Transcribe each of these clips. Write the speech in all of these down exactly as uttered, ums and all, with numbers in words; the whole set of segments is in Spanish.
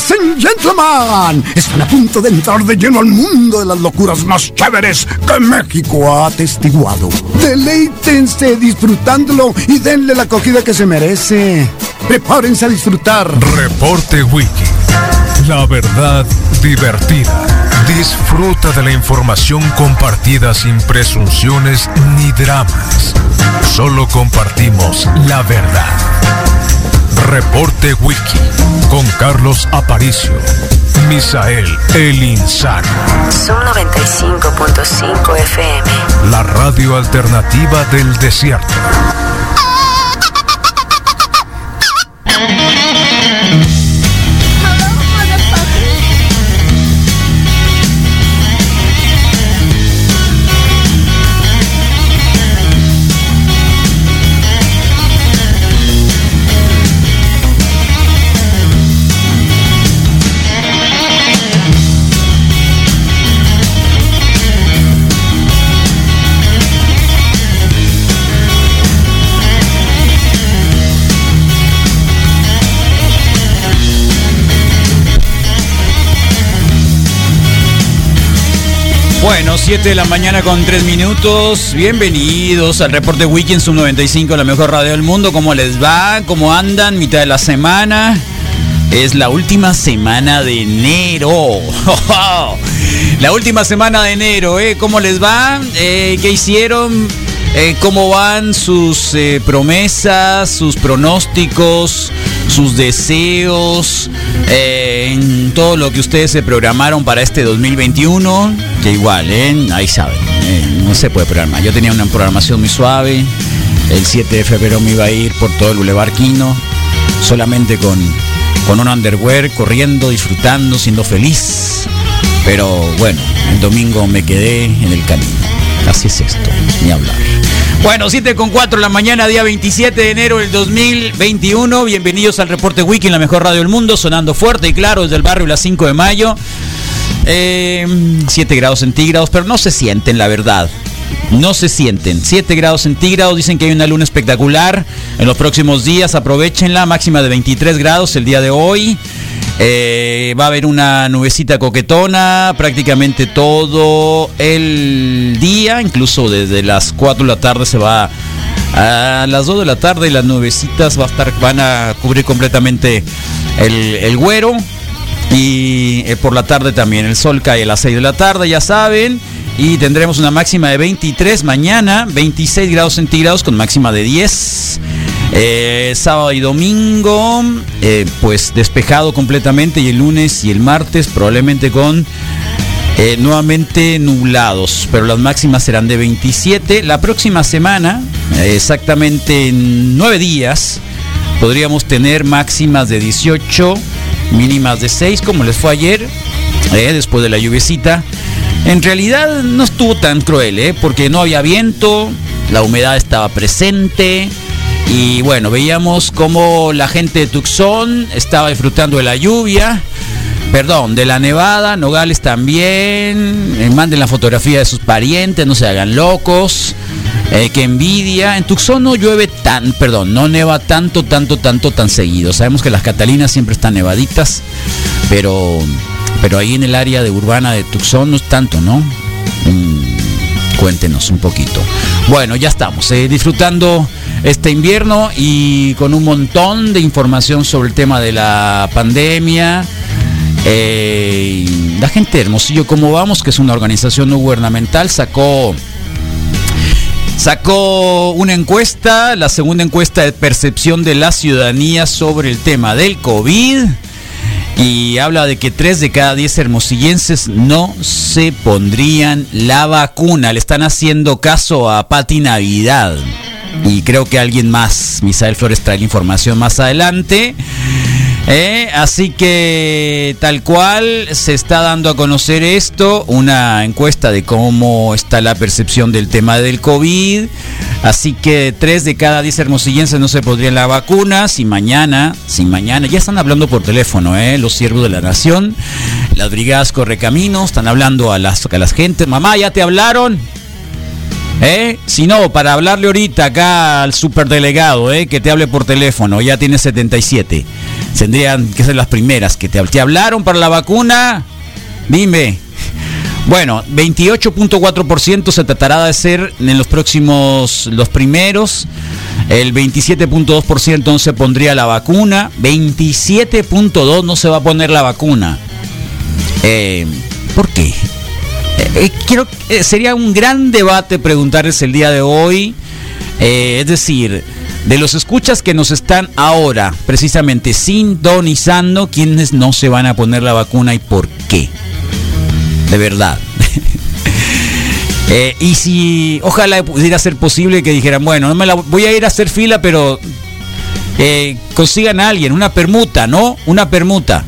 Ladies and gentlemen, están a punto de entrar de lleno al mundo de las locuras más chéveres que México ha atestiguado. Deleítense disfrutándolo y denle la acogida que se merece. Prepárense a disfrutar. Reporte Wiki. La verdad divertida. Disfruta de la información compartida sin presunciones ni dramas. Solo compartimos la verdad. Reporte Wiki con Carlos Aparicio, Misael El Insano. Zoom noventa y cinco punto cinco F M. La radio alternativa del desierto. Bueno, siete de la mañana con tres minutos. Bienvenidos al Reporte Wiki en Zoom noventa y cinco, la mejor radio del mundo. ¿Cómo les va? ¿Cómo andan? Mitad de la semana. Es la última semana de enero. La última semana de enero, ¿eh? ¿Cómo les va? Eh, ¿Qué hicieron? Eh, ¿Cómo van sus eh, promesas, sus pronósticos, sus deseos, eh, en todo lo que ustedes se programaron para este dos mil veintiuno? Que igual, ¿eh? Ahí saben, eh, no se puede programar. Yo tenía una programación muy suave. El siete de febrero me iba a ir por todo el Boulevard Quino, solamente con, con un underwear, corriendo, disfrutando, siendo feliz. Pero bueno, el domingo me quedé en el camino. Así es esto, ni hablar. Bueno, siete con cuatro de la mañana, día veintisiete de enero del dos mil veintiuno. Bienvenidos al Reporte Wiki en la mejor radio del mundo, sonando fuerte y claro desde el barrio Las cinco de mayo. Eh, siete grados centígrados, pero no se sienten, la verdad. No se sienten. siete grados centígrados, dicen que hay una luna espectacular en los próximos días, aprovechenla, máxima de veintitrés grados el día de hoy. Eh, va a haber una nubecita coquetona prácticamente todo el día, incluso desde las cuatro de la tarde se va a las dos de la tarde y las nubecitas va a estar, van a cubrir completamente el, el güero. Y eh, por la tarde también el sol cae a las seis de la tarde, ya saben. Y tendremos una máxima de veintitrés mañana, veintiséis grados centígrados con máxima de diez. Eh, sábado y domingo, eh, pues despejado completamente. Y el lunes y el martes probablemente con eh, nuevamente nublados. Pero las máximas serán de veintisiete. La próxima semana, eh, exactamente en nueve días, podríamos tener máximas de dieciocho. Mínimas de seis, como les fue ayer, eh, después de la lluviecita. En realidad no estuvo tan cruel, eh, porque no había viento, la humedad estaba presente. Y bueno, veíamos cómo la gente de Tucson estaba disfrutando de la lluvia. Perdón, de la nevada. Nogales también. Eh, manden la fotografía de sus parientes, no se hagan locos. Eh, que envidia. En Tucson no llueve tan, perdón, no neva tanto, tanto, tanto, tan seguido. Sabemos que las Catalinas siempre están nevaditas, pero, pero ahí en el área de urbana de Tucson no es tanto, ¿no? Mm, cuéntenos un poquito. Bueno, ya estamos eh, disfrutando este invierno y con un montón de información sobre el tema de la pandemia. Eh, la gente de Hermosillo, ¿cómo vamos? Que es una organización no gubernamental, sacó... Sacó una encuesta, la segunda encuesta de percepción de la ciudadanía sobre el tema del COVID, y habla de que tres de cada diez hermosillenses no se pondrían la vacuna. Le están haciendo caso a Pati Navidad y creo que alguien más. Misael Flores trae la información más adelante. Eh, así que tal cual se está dando a conocer esto, una encuesta de cómo está la percepción del tema del COVID. Así que tres de cada diez hermosillenses no se pondrían la vacuna. Si mañana, si mañana, ya están hablando por teléfono, eh, los siervos de la nación, las brigadas Correcaminos, están hablando a las, a las gentes. Mamá, ¿ya te hablaron? ¿Eh? Si no, para hablarle ahorita acá al superdelegado, ¿eh? Que te hable por teléfono, ya tiene setenta y siete. Tendrían que ser las primeras que te, te hablaron para la vacuna. Dime. Bueno, veintiocho punto cuatro por ciento se tratará de ser en los próximos, los primeros. El veintisiete punto dos por ciento no se pondría la vacuna. veintisiete punto dos por ciento no se va a poner la vacuna. Eh, ¿Por qué? Eh, quiero, eh, sería un gran debate preguntarles el día de hoy, eh, es decir, de los escuchas que nos están ahora precisamente sintonizando, quiénes no se van a poner la vacuna y por qué, de verdad. eh, y si ojalá pudiera ser posible que dijeran, bueno, no me la voy a ir a hacer fila, pero eh, consigan a alguien, una permuta, ¿no? Una permuta,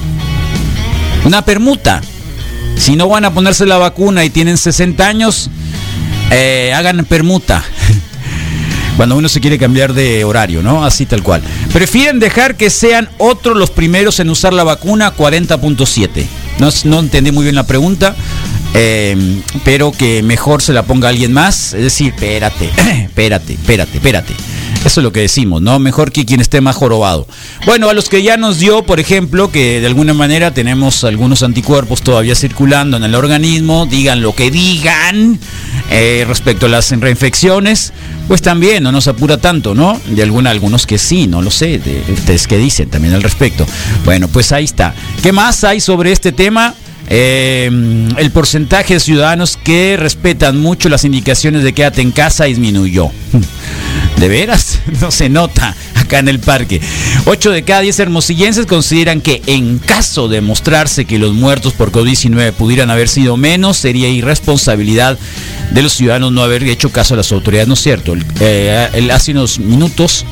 una permuta. Si no van a ponerse la vacuna y tienen sesenta años, eh, hagan permuta. Cuando uno se quiere cambiar de horario, ¿no? Así tal cual. Prefieren dejar que sean otros los primeros en usar la vacuna, cuarenta punto siete. No, no entendí muy bien la pregunta, eh, pero que mejor se la ponga alguien más. Es decir, espérate, espérate, espérate, espérate. Eso es lo que decimos, ¿no? Mejor que quien esté más jorobado. Bueno, a los que ya nos dio, por ejemplo, que de alguna manera tenemos algunos anticuerpos todavía circulando en el organismo, digan lo que digan eh, respecto a las reinfecciones, pues también no nos apura tanto, ¿no? De alguna, algunos que sí, no lo sé, de ustedes qué dicen también al respecto. Bueno, pues ahí está. ¿Qué más hay sobre este tema? Eh, el porcentaje de ciudadanos que respetan mucho las indicaciones de quédate en casa disminuyó. ¿De veras? No se nota acá en el parque. ocho de cada diez hermosillenses consideran que en caso de mostrarse que los muertos por COVID diecinueve pudieran haber sido menos, sería irresponsabilidad de los ciudadanos no haber hecho caso a las autoridades, ¿no es cierto? Eh, hace unos minutos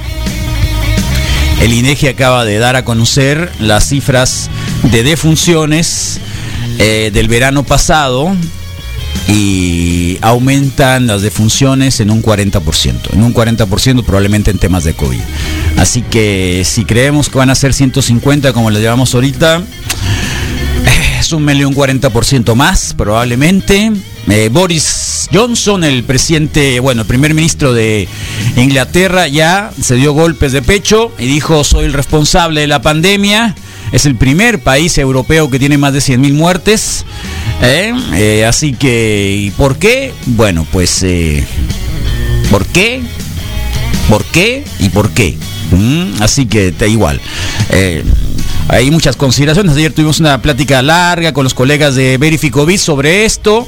el INEGI acaba de dar a conocer las cifras de defunciones eh, del verano pasado y aumentan las defunciones en un cuarenta por ciento, en un cuarenta por ciento probablemente en temas de COVID. Así que si creemos que van a ser ciento cincuenta como les llevamos ahorita, súmenle un cuarenta por ciento más probablemente. Eh, Boris Johnson, el presidente, bueno, el primer ministro de Inglaterra, ya se dio golpes de pecho y dijo: soy el responsable de la pandemia. Es el primer país europeo que tiene más de cien mil muertes. ¿eh? Eh, así que, ¿y por qué? Bueno, pues, eh, ¿por qué? ¿Por qué? ¿Y por qué? ¿Mm? Así que da igual. Eh, hay muchas consideraciones. Ayer tuvimos una plática larga con los colegas de Verificovid sobre esto.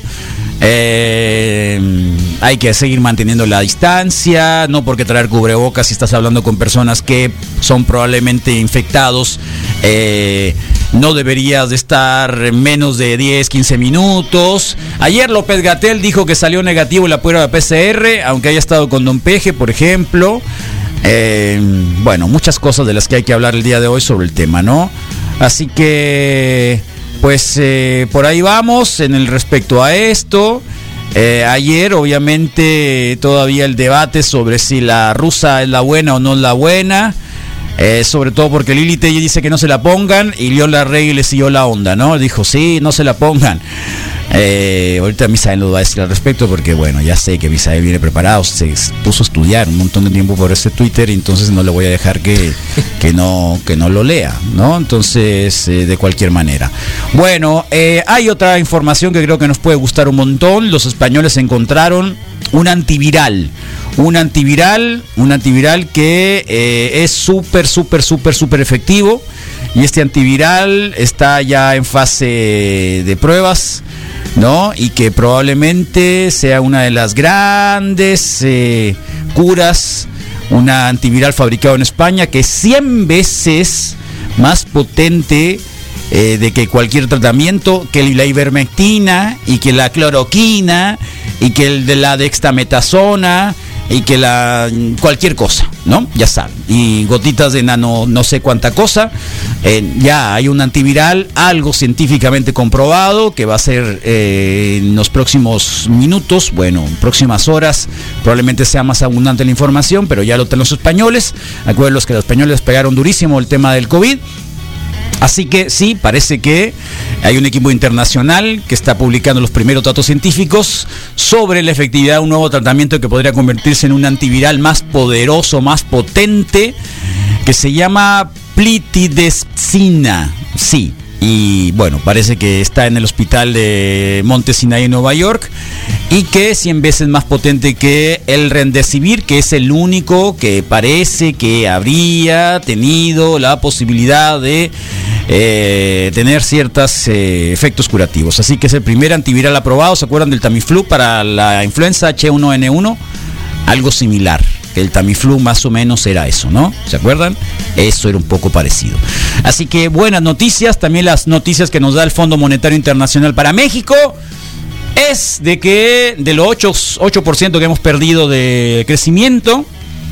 Eh, hay que seguir manteniendo la distancia, no porque traer cubrebocas si estás hablando con personas que son probablemente infectados, eh, no deberías de estar menos de diez, quince minutos. Ayer López-Gatell dijo que salió negativo la prueba de P C R, aunque haya estado con Don Peje, por ejemplo. Eh, bueno, muchas cosas de las que hay que hablar el día de hoy sobre el tema, ¿no? Así que, pues, eh, por ahí vamos en el respecto a esto. Eh, ayer, obviamente, todavía el debate sobre si la rusa es la buena o no es la buena. Eh, sobre todo porque Lili Telle dice que no se la pongan y León Larregui le siguió la onda, ¿no? Dijo, sí, no se la pongan. Eh, ahorita Misael nos va a decir al respecto porque, bueno, ya sé que Misael viene preparado, se puso a estudiar un montón de tiempo por ese Twitter y entonces no le voy a dejar que, que, no, que no lo lea, ¿no? Entonces, eh, de cualquier manera. Bueno, eh, hay otra información que creo que nos puede gustar un montón. Los españoles encontraron un antiviral. Un antiviral, un antiviral que eh, es súper, súper, súper, súper efectivo. Y este antiviral está ya en fase de pruebas, ¿no? Y que probablemente sea una de las grandes eh, curas, un antiviral fabricado en España que es cien veces más potente eh, de que cualquier tratamiento, que la ivermectina y que la cloroquina y que el de la dexametasona y que la cualquier cosa, ¿no? Ya saben, y gotitas de nano no sé cuánta cosa. Eh, ya hay un antiviral, algo científicamente comprobado, que va a ser eh, en los próximos minutos, bueno, próximas horas, probablemente sea más abundante la información, pero ya lo tienen los españoles. Acuérdense los que los españoles pegaron durísimo el tema del COVID. Así que sí, parece que Hay un equipo internacional que está publicando los primeros datos científicos sobre la efectividad de un nuevo tratamiento que podría convertirse en un antiviral más poderoso, más potente, que se llama plitidepsina. Sí. Y bueno, parece que está en el hospital de Monte Sinai en Nueva York y que es cien veces más potente que el Remdesivir, que es el único que parece que habría tenido la posibilidad de eh, tener ciertos eh, efectos curativos. Así que es el primer antiviral aprobado. ¿Se acuerdan del Tamiflu para la influenza H uno N uno? Algo similar. El Tamiflu más o menos era eso, ¿no? ¿Se acuerdan? Eso era un poco parecido. Así que buenas noticias, también las noticias que nos da el Fondo Monetario Internacional para México es de que de los ocho por ciento que hemos perdido de crecimiento,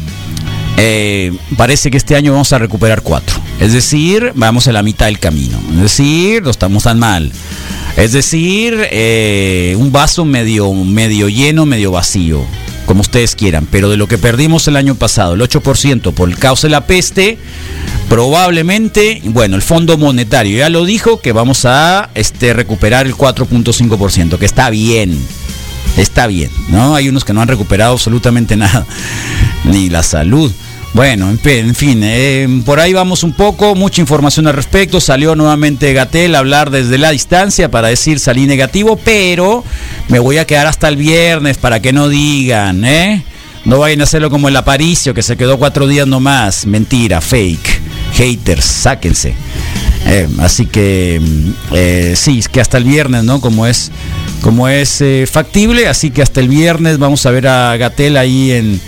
eh, parece que este año vamos a recuperar cuatro. Es decir, vamos a la mitad del camino. Es decir, no estamos tan mal. Es decir, eh, un vaso medio, medio lleno, medio vacío, como ustedes quieran, pero de lo que perdimos el año pasado, el ocho por ciento por el causa de la peste, probablemente, bueno, el Fondo Monetario ya lo dijo, que vamos a este, recuperar el cuatro punto cinco por ciento, que está bien, está bien, ¿no? Hay unos que no han recuperado absolutamente nada, ni la salud. Bueno, en fin, eh, por ahí vamos un poco, mucha información al respecto. Salió nuevamente Gatell a hablar desde la distancia para decir salí negativo, pero me voy a quedar hasta el viernes para que no digan, ¿eh? No vayan a hacerlo como el Aparicio, que se quedó cuatro días nomás. Mentira, fake, haters, sáquense. Eh, así que, eh, sí, es que hasta el viernes, ¿no? Como es, como es eh, factible, así que hasta el viernes vamos a ver a Gatell ahí en...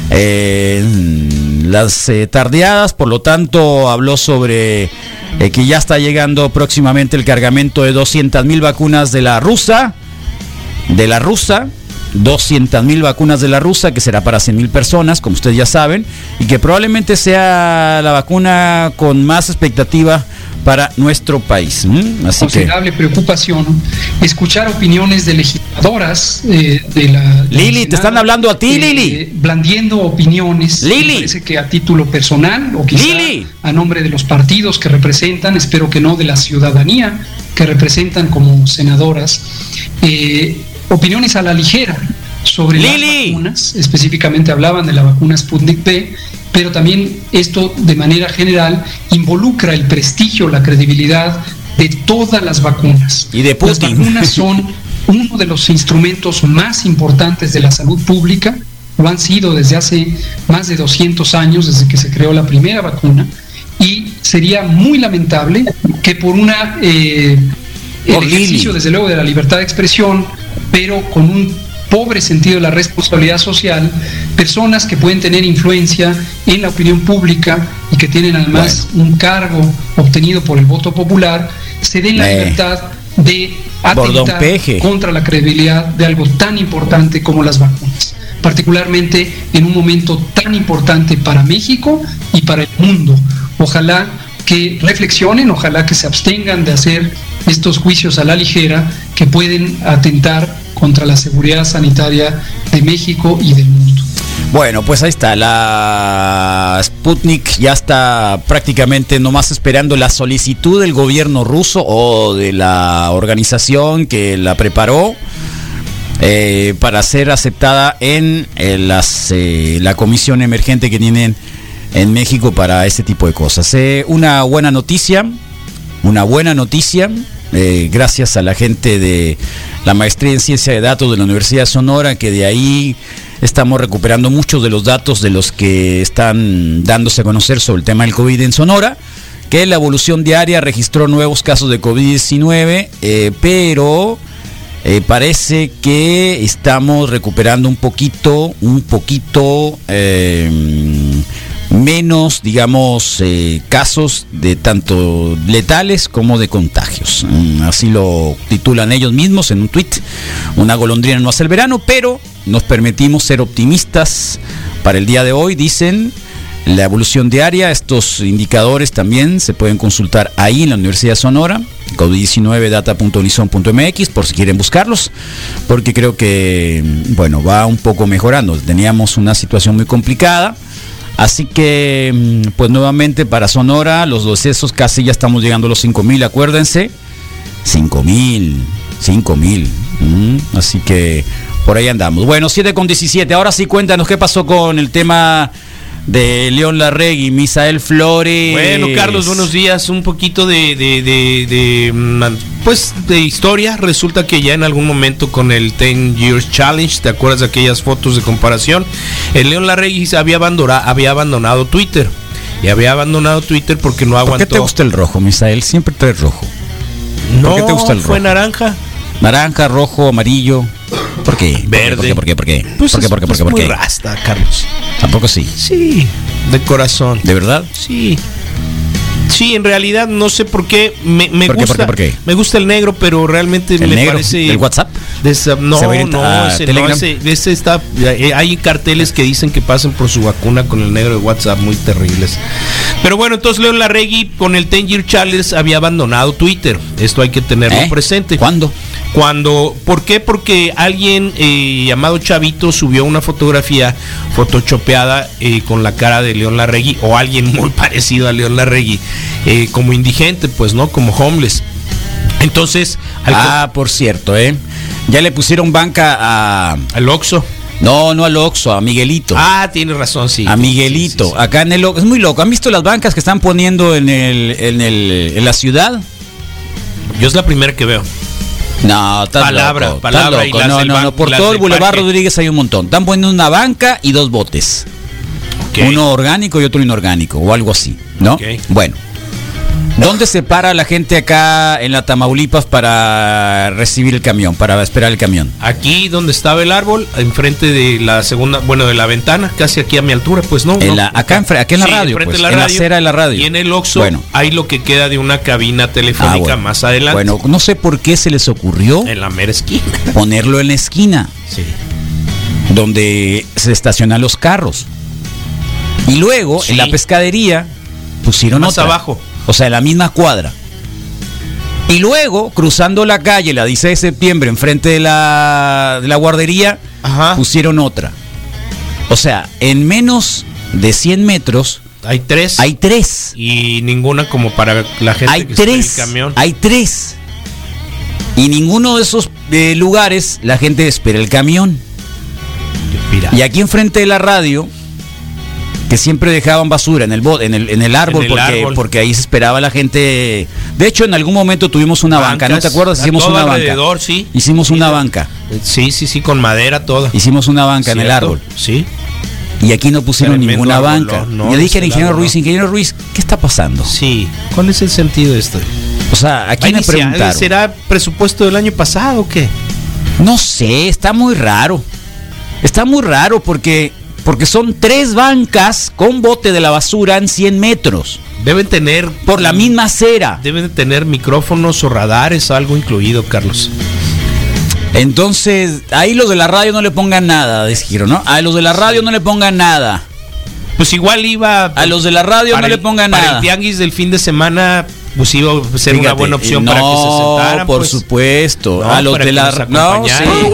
Eh, las eh, tardeadas. Por lo tanto, habló sobre eh, que ya está llegando próximamente el cargamento de doscientas mil vacunas de la rusa, de la rusa, doscientas mil vacunas de la rusa, que será para cien mil personas, como ustedes ya saben, y que probablemente sea la vacuna con más expectativa para nuestro país. ¿Mm? Así considerable que... preocupación escuchar opiniones de legisladoras eh, de la... Lili, Senado, te están hablando a ti, eh, Lili. Blandiendo opiniones. Lili. Me parece que a título personal o quizá Lili. a nombre de los partidos que representan, espero que no de la ciudadanía que representan como senadoras, eh, opiniones a la ligera sobre Lili. Las vacunas. Específicamente hablaban de la vacuna Sputnik V, pero también esto de manera general involucra el prestigio, la credibilidad de todas las vacunas. Y de Putin. Las vacunas son uno de los instrumentos más importantes de la salud pública, lo han sido desde hace más de doscientos años, desde que se creó la primera vacuna, y sería muy lamentable que por una eh, el por ejercicio, Lili. desde luego, de la libertad de expresión, pero con un pobre sentido de la responsabilidad social, personas que pueden tener influencia en la opinión pública y que tienen además bueno. un cargo obtenido por el voto popular, se den la eh. libertad de atentar contra la credibilidad de algo tan importante como las vacunas, particularmente en un momento tan importante para México y para el mundo. Ojalá que reflexionen, ojalá que se abstengan de hacer estos juicios a la ligera que pueden atentar contra la seguridad sanitaria de México y del mundo. Bueno, pues ahí está, la Sputnik ya está prácticamente nomás esperando la solicitud del gobierno ruso o de la organización que la preparó eh, para ser aceptada en eh, las, eh, la comisión emergente que tienen en México para este tipo de cosas. Eh, una buena noticia, una buena noticia. Eh, gracias a la gente de la maestría en ciencia de datos de la Universidad de Sonora, que de ahí estamos recuperando muchos de los datos de los que están dándose a conocer sobre el tema del COVID en Sonora, que la evolución diaria registró nuevos casos de COVID diecinueve, eh, pero eh, parece que estamos recuperando un poquito, un poquito... Eh, menos, digamos, eh, casos de tanto letales como de contagios. Así lo titulan ellos mismos en un tuit. Una golondrina no hace el verano, pero nos permitimos ser optimistas para el día de hoy. Dicen la evolución diaria. Estos indicadores también se pueden consultar ahí en la Universidad de Sonora, COVID diecinueve data punto unison punto m x, por si quieren buscarlos, porque creo que, bueno, va un poco mejorando. Teníamos una situación muy complicada. Así que, pues nuevamente para Sonora, los decesos casi ya estamos llegando a los cinco mil, acuérdense. cinco mil, cinco mil. Mm, así que por ahí andamos. Bueno, siete con diecisiete. Ahora sí, cuéntanos qué pasó con el tema de León Larregui, Misael Flores. Bueno, Carlos, buenos días. Un poquito de, de, de, de, pues, de historia. Resulta que ya en algún momento con el ten years challenge, ¿te acuerdas de aquellas fotos de comparación? El León Larregui había abandonado, había abandonado Twitter. Y había abandonado Twitter porque no aguantó. ¿Por qué te gusta el rojo, Misael? Siempre traes rojo. No, ¿por qué te gusta el rojo? Fue naranja. Naranja, rojo, amarillo. ¿Por qué? Verde. ¿Por qué? ¿Por qué? ¿Por qué? Pues ¿Por qué? es, ¿Por qué? ¿Por es qué? ¿Por muy qué? rasta, Carlos. ¿Tampoco sí? Sí, de corazón. ¿De verdad? Sí. Sí, en realidad no sé por qué me, me ¿Por qué, gusta. por qué, por qué? Me gusta el negro, pero realmente ¿El me negro? parece. ¿El WhatsApp? De esa, no, ¿Se va a ir no, a ese, Telegram? no, ese, ese está. Hay carteles que dicen que pasen por su vacuna con el negro de WhatsApp, muy terribles. Pero bueno, entonces León Larregui con el ten year challenge había abandonado Twitter. Esto hay que tenerlo ¿Eh? presente. ¿Cuándo? Cuando, ¿por qué? Porque alguien eh, llamado Chavito subió una fotografía photoshopeada eh, con la cara de León Larregui, o alguien muy parecido a León Larregui, eh, como indigente, pues, ¿no? Como homeless. Entonces, al, Ah, por cierto, ¿eh? Ya le pusieron banca a... al Oxxo. No, no al Oxxo, a Miguelito. Ah, tienes razón, sí. A Miguelito, Sí, sí, sí. acá en el Oxxo. Es muy loco. ¿Han visto las bancas que están poniendo en el, en el, en la ciudad? Yo es la primera que veo. No, estás Palabra, loco, palabra estás y loco. las No, del no, ban- no. Por las todo el del Boulevard parque. Rodríguez hay un montón. Están poniendo una banca y dos botes. Okay. Uno orgánico y otro inorgánico, o algo así, ¿no? Ok. Bueno. ¿Dónde se para la gente acá en la Tamaulipas para recibir el camión, para esperar el camión? Aquí donde estaba el árbol, enfrente de la segunda, bueno, de la ventana, casi aquí a mi altura, pues no. En no. la- acá enfre- aquí en la Sí, radio, enfrente pues, de la en la radio. acera de la radio. Y en el Oxxo Bueno. hay lo que queda de una cabina telefónica Ah, bueno. más adelante. Bueno, no sé por qué se les ocurrió En la mera esquina. ponerlo en la esquina, Sí. donde se estacionan los carros. Y luego, Sí. en la pescadería, pusieron Más otra. abajo. O sea, en la misma cuadra. Y luego, cruzando la calle, la dieciséis de septiembre, enfrente de la, de la guardería, Ajá. pusieron otra. O sea, en menos de cien metros Hay tres. hay tres. Y ninguna como para la gente Hay que está en tres. el camión. Hay tres. Y ninguno de esos eh, lugares la gente espera el camión. Mira. Y aquí enfrente de la radio, que siempre dejaban basura en el bo- en el, en el árbol, En el porque, árbol. porque ahí se esperaba la gente. De hecho, en algún momento tuvimos una banca, ¿no te Bancas, acuerdas? a Hicimos todo una banca. alrededor, sí. Hicimos Sí, una de- banca. Sí, sí, sí, con madera toda. Hicimos una banca en el ¿Cierto? árbol. Sí. Y aquí no pusieron Tremendo ninguna árbol, banca. no, no, Yo dije al ese ingeniero árbol, Ruiz, no. ingeniero Ruiz, ¿qué está pasando? Sí. ¿Cuál es el sentido de esto? O sea, aquí Va a me iniciar, preguntaron. ¿será presupuesto del año pasado o qué? No sé, está muy raro. Está muy raro porque, porque son tres bancas con bote de la basura en cien metros. Deben tener Por la misma acera. Deben de tener micrófonos o radares, algo incluido, Carlos. Entonces, ahí los de la radio no le pongan nada, dijeron, ¿no? A los de la radio no le pongan nada. Pues igual iba A los de la radio no el- le pongan para nada. el tianguis del fin de semana, pues iba a ser una Fíjate, buena opción no, para que se sentaran. por pues. supuesto. No, a los para de que la nos ra- no, acompañaran. sí.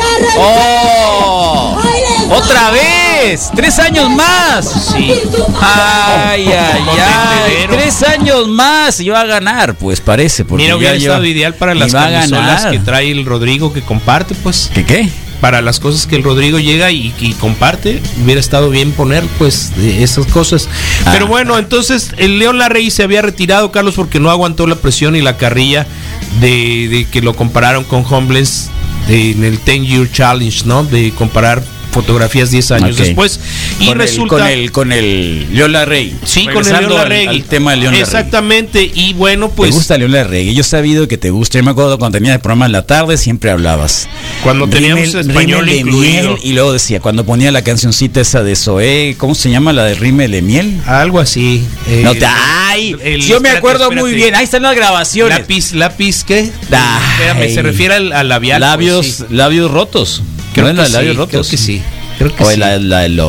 ¡Oh! ¡Otra vez! ¡Tres años más! Sí. Ay, ay, Con ay. tendedero. Tres años más y va a ganar, pues parece. Porque Mira, ya hubiera lleva- estado ideal para y las va a camisolas ganar. que trae el Rodrigo que comparte, pues. ¿Qué qué? Para las cosas que el Rodrigo llega y, y comparte, hubiera estado bien poner, pues, de esas cosas. Ah. Pero bueno, entonces el León Larregui se había retirado, Carlos, porque no aguantó la presión y la carrilla de, de que lo compararon con Homeless de- en el ten year challenge, ¿no? De comparar fotografías diez años Ok. después. Y con resulta... El, con el, con el León Larregui. Sí, con el Regresando León al- Larregui. al tema del León Larregui. Exactamente, y bueno, pues... ¿Te gusta León Larregui? Yo he sabido que te gusta. Yo me acuerdo cuando tenías el programa en la tarde, siempre hablabas. Cuando teníamos Rímel- español Rímel de incluido. miel, y luego decía, cuando ponía la cancioncita esa de Zoé, ¿cómo se llama la de Rímel de miel? Algo así. eh, No te, ¡ay! el- Sí, yo me espérate, acuerdo espérate. muy bien. Ahí están las grabaciones. Lápiz, lápiz, ¿qué? Ay. Espérame, se refiere al, al labial. labios, pues, sí. labios rotos. Creo ¿No es que la de sí, labios rotos? creo que sí. Creo que O sí. la, la de Love.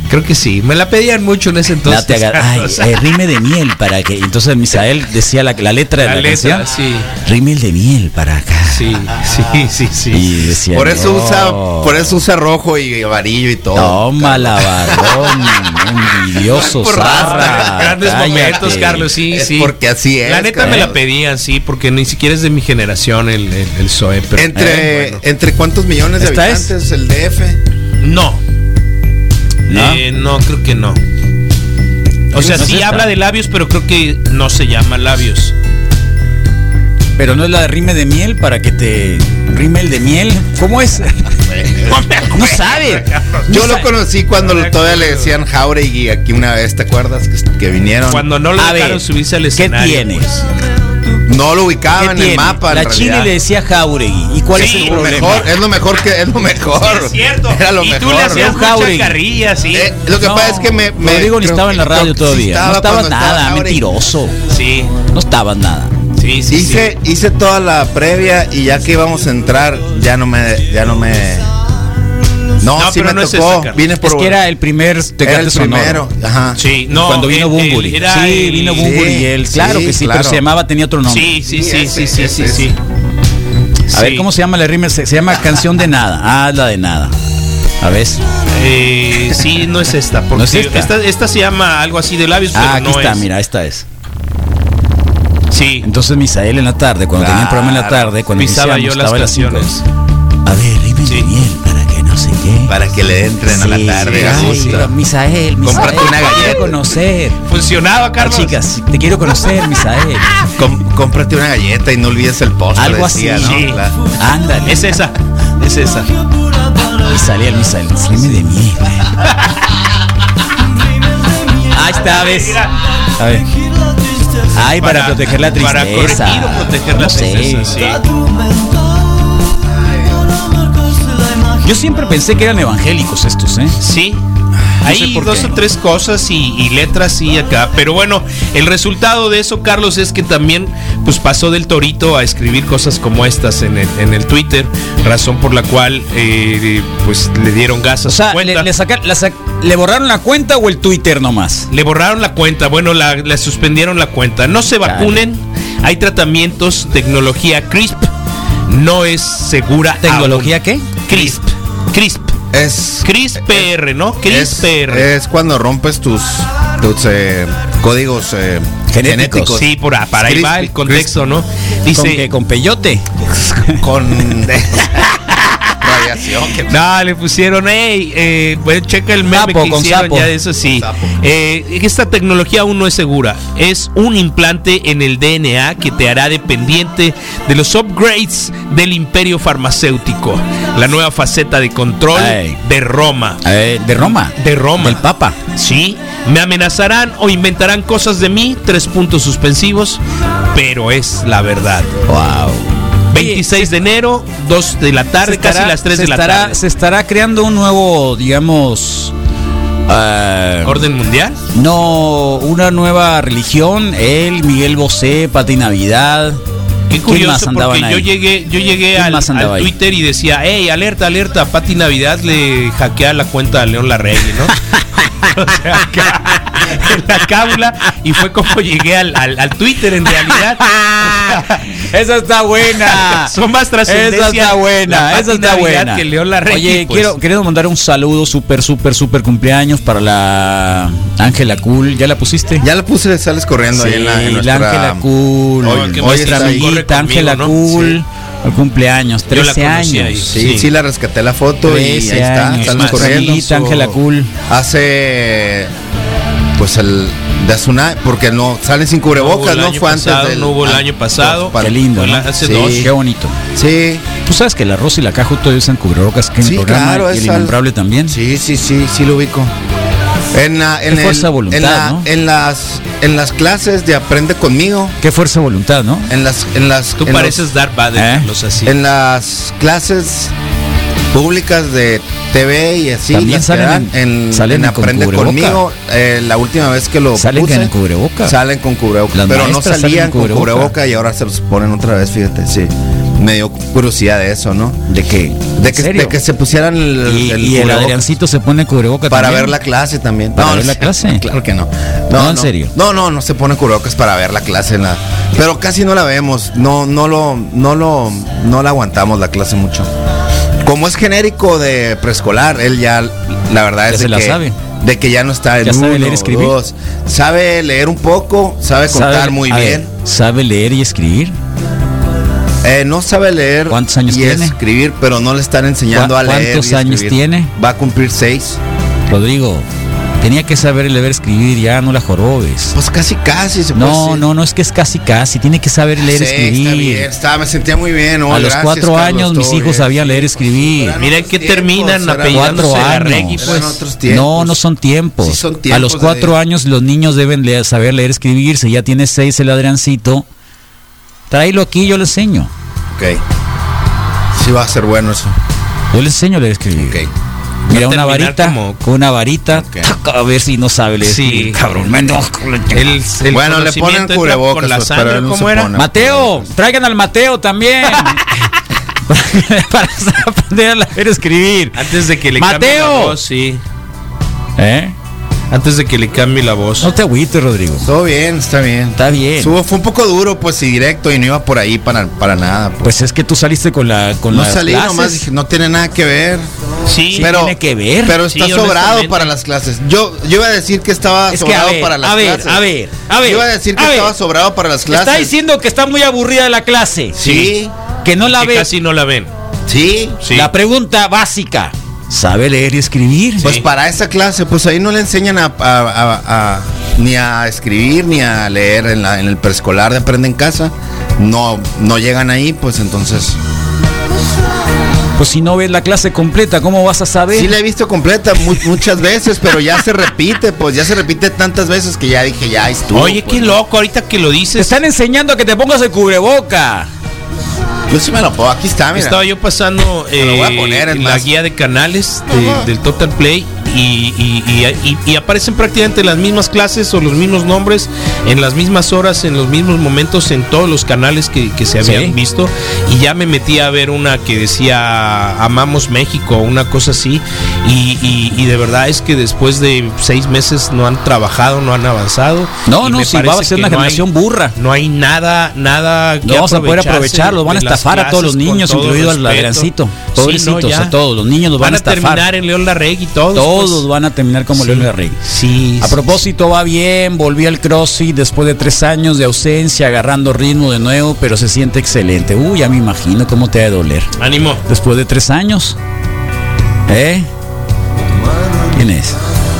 Creo que sí. Me la pedían mucho en ese entonces. La te agar- Ay, eh, rime de miel para que. Entonces Misael decía la, la letra de la, La la letra, canción. sí. Rímel de miel para acá. Sí, sí, sí, sí. Y decía, Por eso no. usa, por eso usa rojo y amarillo y todo. Toma la barrón, envidioso, Por zarra. Grandes cállate. momentos, Carlos, sí, Es sí. porque así es, La neta me Carlos. la pedían, sí, porque ni siquiera es de mi generación el, el, el Z O E. Pero, Entre, eh, bueno. ¿Entre cuántos millones de ¿Esta es? habitantes el D F? No. ¿No? Eh, no, creo que no. O sea, ¿No es sí esta? habla de labios, pero creo que no se llama labios. Pero no es la de rime de miel para que te. Rímel de miel. ¿Cómo es? No sabe. Yo No lo sabe. conocí cuando No me todavía le acuerdo. decían Jauregui aquí una vez, ¿te acuerdas? Que, que vinieron. Cuando no le A dejaron ver, subirse al ¿qué escenario. tiene? pues. No lo ¿Qué ubicaban en tiene? el mapa. en La realidad. Chile le decía Jauregui. ¿Y cuál Sí, es el Lo problema? mejor, es lo mejor que es lo mejor. Sí, es cierto. Era lo y mejor. tú le hacías Don muchas Jauregui. carrillas, sí. Eh, lo que No, pasa es que me, me Rodrigo ni creo estaba en la que- radio creo que todavía. sí No estaba cuando nada, Jauregui. mentiroso. Sí, No estaba nada. sí, sí. Hice, sí. hice toda la previa y ya que íbamos a entrar, ya no me, ya no me. No, No, sí pero me no es tocó. esa, Carlos. Vine por Es que era el primer era Tecate el sonoro. primero. Ajá. Sí, no. Cuando vino el- Bumburi. el- era Sí, el- vino Bumburi sí, y él. Claro sí, que sí, claro. pero se llamaba, tenía otro nombre. Sí, sí, Sí, sí, ese, sí, sí, ese, sí, sí. A ver, Sí. ¿cómo se llama la rima? Se, se llama Canción de Nada. Ah, la de Nada. A ver. Eh, sí, no es esta. Porque ¿No es esta? esta se llama algo así de labios, Ah, pero aquí no está, es. mira, esta es. Sí. Entonces Misael en la tarde, cuando tenía el programa en la Claro. tarde, cuando Pisaba iniciamos, yo las estaba a las cinco. canciones. A ver, rime Sí. de miel para que no sé qué. Para que le entren a la Sí, tarde. sí, a ay, gusto. Misael, Misael. Cómprate una Te galleta. quiero conocer. Funcionaba, Ah, Carlos. chicas, te quiero conocer, Misael. Com- cómprate una galleta y no olvides el postre. Algo decía, así. ¿no? Sí. Claro. Ándale. Es esa. Es esa. Misael, Misael, rime de miel. Ahí está, ves. A ver. Ay, para, Para- proteger la para tristeza. corregir o proteger la No sé. tristeza, sí. Yo siempre pensé que eran evangélicos estos, ¿eh? Sí. No Hay sé por dos qué. o tres cosas y, y letras y acá. Pero bueno, el resultado de eso, Carlos, es que también pues pasó del Torito a escribir cosas como estas en el, en el Twitter, razón por la cual eh, pues le dieron gas a O su sea, cuenta. le, le, saca- la sac- ¿le borraron la cuenta o el Twitter nomás? Le borraron la cuenta, bueno, la, le suspendieron la cuenta. No se vacunen, hay tratamientos, tecnología CRISP, no es segura. ¿Tecnología aún. qué? CRISP, CRISP, Es, CRISP P R, ¿no? es, CRISP P R. es cuando rompes tus, tus eh, códigos eh, Genéticos. genéticos. Sí, por, a- para ahí va el Crispy, contexto, ¿no? ¿Con Dice, qué? ¿Con peyote? Con radiación. que- no, le pusieron, hey, eh, bueno, checa el meme Sapo, que con hicieron sapo. ya de eso sí. Sapo. Eh, esta tecnología aún no es segura. Es un implante en el D N A que te hará dependiente de los upgrades del imperio farmacéutico. La nueva faceta de control Ay. de Roma. Eh, de Roma. De Roma. Del Papa. Sí, me amenazarán o inventarán cosas de mí, tres puntos suspensivos, pero es la verdad. Wow. veintiséis de enero, dos de la tarde, casi las tres se de la estará, tarde. Se estará creando un nuevo, digamos... eh, ¿Orden mundial? no, una nueva religión. Él, Miguel Bosé, Pati Navidad. Qué ¿Quién más curioso, andaban porque yo ahí? llegué, yo llegué ¿Quién al, más al andaba ahí? Twitter y decía, hey, alerta, alerta, Pati Navidad le hackea la cuenta a León Larregui, ¿no? O sea, acá, en la cábula, y fue como llegué al, al, al Twitter en realidad. Esa está buena. Son más trascendencia Esa está buena. la Pati Esa está Navidad buena. que León Larregui, Oye, pues. quiero, queremos mandar un saludo súper, súper, súper cumpleaños para la Ángela Cool. ¿Ya la pusiste? Ya la puse, sales corriendo Sí, ahí en la, en la nuestra- Ángela Cool. Hoy- que hoy nuestra está ahí. amiguita Corre Ángela conmigo, ¿no? Cool. El cumpleaños, Yo la trece conocí ahí. años. Sí, Sí. sí, la rescaté la foto y ahí trece está, años. sales Más, corriendo. amiguita Ángela Cool. Hace pues el de hace una, porque no sale sin No hubo cubrebocas, el no, año fue antes pasado, del no hubo el ah, año pasado. para- Qué lindo, Fue ¿no? la- hace Sí. dos. Qué bonito. Sí, Tú sabes que el arroz y la caja todavía usan cubrebocas que en sí, el programa claro, y el es al- innombrable también. Sí, sí, sí, sí lo ubico. En, la, en, Qué fuerza de voluntad, en, la- ¿no? en las en las clases de Aprende Conmigo, Qué fuerza de voluntad, ¿no? en las en las Tú en pareces Darth Vader, ¿Eh? Carlos, así. los- en las clases públicas de T V y así También las que salen dan, en- en, salen en con Aprende cubreboca. Conmigo, eh, la última vez que lo Salen puse, con cubrebocas. salen con cubrebocas, Las pero no maestras salen salían con con cubreboca. cubreboca y ahora se los ponen otra vez, fíjate, sí. me dio curiosidad de eso, ¿no? ¿De qué? De que, de que se pusieran el, y el, y el Adriancito se pone cubrebocas para también. ver la clase también. ¿Para no, ver no, la clase? Claro que no. No, No, en no, serio. No, no, no se pone cubrebocas para ver la clase, la, pero casi no la vemos. No, no lo, no lo, no la aguantamos la clase mucho. Como es genérico de preescolar, él ya, la verdad Ya es se de la que, sabe. de que ya no está en Ya sabe uno, leer y escribir. dos. Sabe leer un poco, sabe contar ¿Sabe- muy a bien. ver, ¿sabe leer y escribir? Eh, no sabe leer ¿Cuántos años y tiene? escribir, pero no le están enseñando ¿Cu- a leer. cuántos y años escribir. tiene? Va a cumplir seis. Rodrigo, tenía que saber leer y escribir, ya no la jorobes. Pues casi, casi se puede No, decir. no, no es que es casi casi, tiene que saber leer y Sí, escribir. está bien, está, me sentía muy bien. Oh, A los gracias, cuatro Carlos, años mis todo hijos bien. sabían leer y escribir. Eran Mira otros que tiempos, terminan eran apellidándose cuatro la años. Regui, Eran pues. otros tiempos. No, no son tiempos. Sí son A tiempos los cuatro de- años los niños deben leer- saber leer y escribir. Si ya tiene seis el Adriancito, tráelo aquí, yo le enseño. Ok. Sí va a ser bueno eso. Yo le enseño a leer y escribir. Ok. Mira, Va a una terminar varita, como- con una varita, Ok. taca, a ver si no sabe leer y Sí. escribir, cabrón. me enojo. El, el Bueno, le conocimiento ponen entra cubrebocas, por la pues, sangre, pero él no ¿cómo se era? pone. Mateo, traigan al Mateo también. Para aprender a leer y escribir. Antes de que le Mateo. cambie la voz, sí. ¿Eh? Antes de que le cambie la voz. No te agüites, Rodrigo. Todo bien, está bien. Está bien. Subo, fue un poco duro, pues, y directo, y no iba por ahí para, para nada. Pues. Pues es que tú saliste con la con No las salí clases. nomás, dije, no tiene nada que ver. Sí, pero tiene que ver. Pero Sí, está sobrado honestamente. para las clases. Yo, yo iba a decir que estaba Es que, a sobrado ver, para las a ver, clases. a ver, a ver, Yo iba a decir que a ver. estaba sobrado para las clases. Está diciendo que está muy aburrida la clase. Sí, Que no la que ve. casi no la ven. sí. Sí. La pregunta básica. ¿Sabe leer y escribir? Pues Sí. para esa clase, pues ahí no le enseñan a, a- a- a- ni a escribir ni a leer en, la, en el preescolar de Aprende en Casa. No, no llegan ahí, pues entonces. Pues si no ves la clase completa, ¿cómo vas a saber? Sí la he visto completa mu- muchas veces, pero ya se repite, pues ya se repite tantas veces que ya dije, ya estuvo. Oye, pues, qué ¿no? loco, ahorita que lo Te dices. están enseñando a que te pongas el cubreboca. Yo sí me lo puedo, aquí está, mira. Estaba yo pasando Me lo voy a eh, poner, es la más. guía de canales de- del Total Play y, y- y- y- y aparecen prácticamente las mismas clases o los mismos nombres en las mismas horas, en los mismos momentos en todos los canales que, que se habían Sí. visto. Y ya me metí a ver una que decía Amamos México, una cosa así. Y, y- y de verdad es que después de seis meses no han trabajado, no han avanzado. No, Y no, me sí, va parece a ser que una no hay- generación burra. No hay nada, nada que No vamos a poder aprovecharse aprovechar, los van a de las estafar a todos los clases, con niños, todo incluido al respeto. Adriancito. Sí, Pobrecitos, no, ya. a todos los niños los van, Van a a estafar. terminar en León Larregui, todos. Todos pues. van a terminar como Sí. León Larregui. Sí. A propósito, va bien, volví al CrossFit después de tres años de ausencia, agarrando ritmo de nuevo, pero se siente excelente. Uy, ya me imagino cómo te ha de doler. Ánimo. Después de tres años. ¿Eh? ¿Quién es?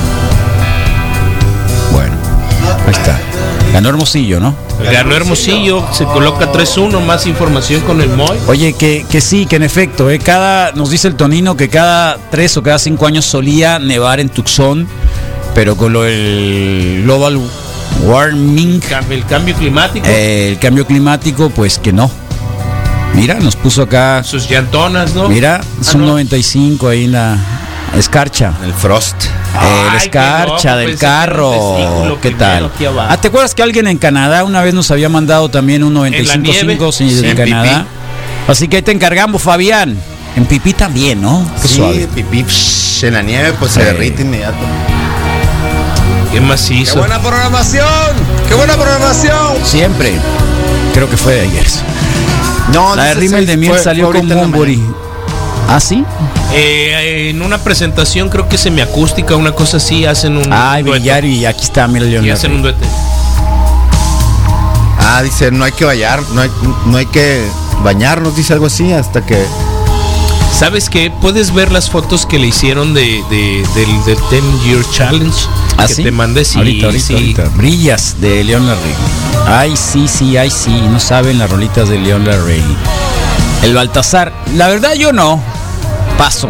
Bueno, ahí está. Ganó Hermosillo, ¿no? Ganó Hermosillo, se coloca tres uno, más información con el Moy. Oye, que, que sí, que en efecto, ¿eh? cada, nos dice el Tonino que cada tres o cada cinco años solía nevar en Tucson, pero con lo del global warming, Cam- El cambio climático, eh, el cambio climático, pues que no. Mira, nos puso acá, sus llantonas, ¿no? mira, Ah, es un no. noventa y cinco ahí en la escarcha. El Frost. El Ay, escarcha qué del loco, pensé que era un carro. testículo ¿Qué primero tal? aquí abajo. Ah, ¿te acuerdas que alguien en Canadá una vez nos había mandado también un noventa y ¿En la cinco nieve? cinco sí, Sí, de en Canadá? Así que ahí te encargamos, Fabián. En pipí también, ¿no? Qué Sí, suave. pipí, psh, en la nieve, pues se Sí. derrite inmediato. Qué macizo. programación! ¡Qué buena programación! Siempre. Creo que fue de ayer. No, La de dice Rimmel seis, de Miel fue- salió fue con ahorita en la Moonbury. mañana. ¿Ah, sí? Eh, en una presentación, creo que semiacústica, una cosa así, hacen un Ay, dueto. Villar, y aquí está, mira, Y León. hacen un duete. Ah, dice, no hay que bañar, no hay, no hay que bañarnos, dice algo así, hasta que... ¿Sabes qué? Puedes ver las fotos que le hicieron de, de- del, del Ten Year Challenge ¿Ah, que sí? te mandé. Sí, ahorita, ahorita, sí. ahorita. Brillas de León Larregui. Ay, sí, sí, ay, sí. No saben las rolitas de León Larregui. El Baltasar. La verdad, yo no. Paso.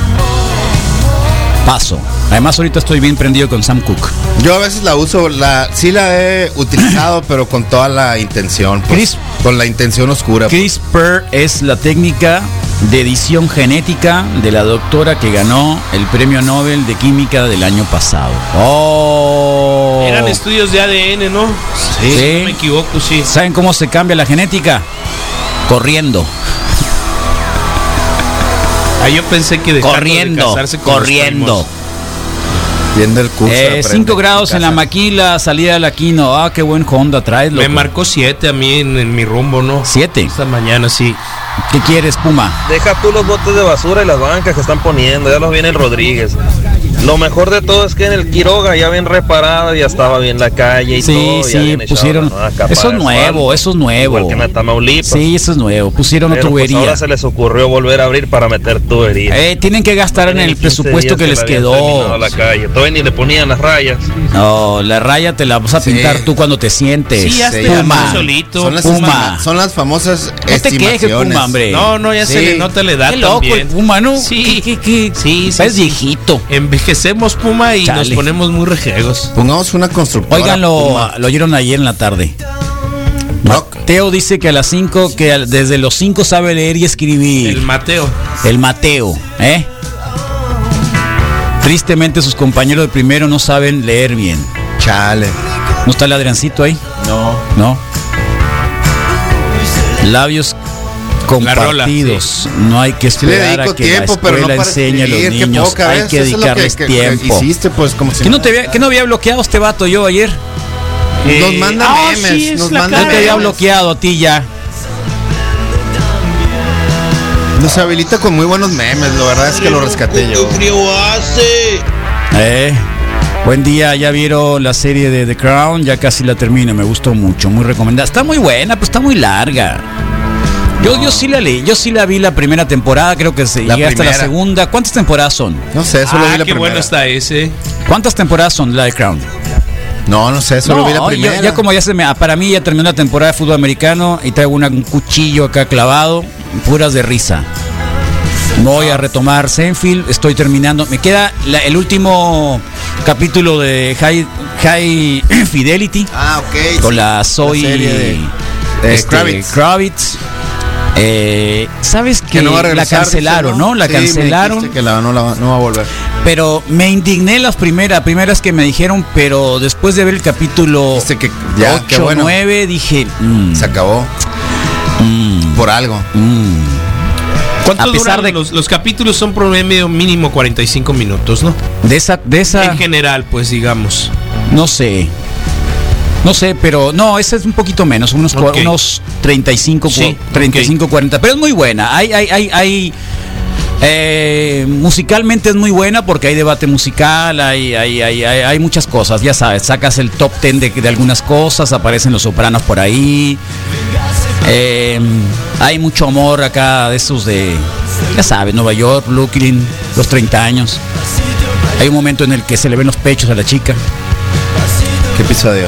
Paso. Además, ahorita estoy bien prendido con Sam Cooke. Yo a veces la uso, la sí la he utilizado, pero con toda la intención, pues, Chris- con la intención oscura. pues. CRISPR es la técnica de edición genética de la doctora que ganó el premio Nobel de Química del año pasado. ¡Oh! Eran estudios de A D N, ¿no? Sí. Si no me equivoco, sí. ¿Saben cómo se cambia la genética? Corriendo. Ah, yo pensé que dejando corriendo, de casarse con corriendo. los primos. Viendo el curso. Eh, cinco grados en la maquila, salida de la Quino. Ah, qué buen Honda traes, loco. Me marcó siete a mí en, en mi rumbo, ¿no? ¿Siete? Esta mañana, sí. ¿Qué quieres, Puma? Deja tú los botes de basura y las bancas que están poniendo, ya los viene el Rodríguez. Lo mejor de todo es que en el Quiroga ya bien reparado, ya estaba bien la calle y Sí, todo. sí, ya bien echado pusieron. la nueva capa Eso es de nuevo, asfalto, eso es nuevo. igual que en Tamaulipas. Sí, eso es nuevo. Pusieron Pero una pues tubería. ahora se les ocurrió volver a abrir para meter tubería. Eh, tienen que gastar en el presupuesto que les quedó. La calle. Todavía ni le ponían las rayas. No, la raya te la vas a Sí. pintar tú cuando te sientes. Sí, ya Se está Puma. solito. Son las, Puma. estima- son las famosas No te estimaciones. quejes, Puma, hombre. No, no, ya se Sí. le nota la edad Qué loco también. el Puma, ¿no? Sí. ¿Qué, qué, qué? Sí, sí, Es sí. viejito. Envejecemos, Puma, y Chale. nos ponemos muy rejegos. Pongamos una constructora. Oigan, lo, Puma. lo oyeron ayer en la tarde. Rock. Teo dice que a las cinco, que al- desde los cinco sabe leer y escribir. El Mateo. El Mateo, ¿eh? Tristemente sus compañeros de primero no saben leer bien. Chale. ¿No está el Adriancito ahí? No. No. Labios La rola, compartidos. No hay que Sí le esperar dedico a que tiempo, la pero no escuela para enseñe a los escribir, qué niños. poca, Hay ¿ves? que Eso es lo dedicarles que- que- tiempo. que hiciste, pues, como si ¿Qué no, no- te había, ¿Qué no había bloqueado este vato yo ayer? Nos manda ah, memes, sí, es nos la manda No cara. te había memes. bloqueado a ti ya. Nos habilita con muy buenos memes, la verdad es que lo rescaté yo. Eh, buen día, ya vieron la serie de The Crown, ya casi la termino, me gustó mucho, muy recomendada. Está muy buena, pero está muy larga. Yo, yo sí la leí, yo sí la vi la primera temporada, creo que se La llegué hasta la primera. segunda. ¿Cuántas temporadas son? No sé, solo Ah, vi la qué primera. bueno está ese. ¿Cuántas temporadas son la de Crown? No, no sé, solo No, vi la yo- primera. ya como ya se me, para mí ya terminó la temporada de fútbol americano y traigo una- un cuchillo acá clavado, puras de risa. Voy a retomar Seinfeld, estoy terminando. Me queda la- el último capítulo de High, High Fidelity Ah, ok. con sí. la Zoe serie de, de este, Kravitz. Kravitz. Eh, ¿Sabes que, Que no va a la regresar, cancelaron, dice, no? La Sí, me cancelaron. dijiste que la, no, la, no va a volver. Pero me indigné las primeras, primeras que me dijeron, pero después de ver el capítulo Dijiste que ya, qué ocho, bueno. nueve, dije, mm, Se acabó. mm, Por algo. mm. ¿Cuánto A pesar duran de- los, los capítulos? Son promedio mínimo cuarenta y cinco minutos, ¿no? De esa, de esa, En general, pues digamos. no sé. No sé, pero no, esa es un poquito menos, unos, cua- Ok. unos treinta y cinco, Sí, treinta y cinco, cuarenta, pero es muy buena. Hay, hay, hay, hay eh, musicalmente es muy buena porque hay debate musical, hay, hay, hay, hay, hay muchas cosas, ya sabes, sacas el top ten de, de algunas cosas, aparecen los sopranos por ahí. Eh, hay mucho amor acá de esos de, ya sabes, Nueva York, Brooklyn, los treinta años. Hay un momento en el que se le ven los pechos a la chica. ¿Qué episodio?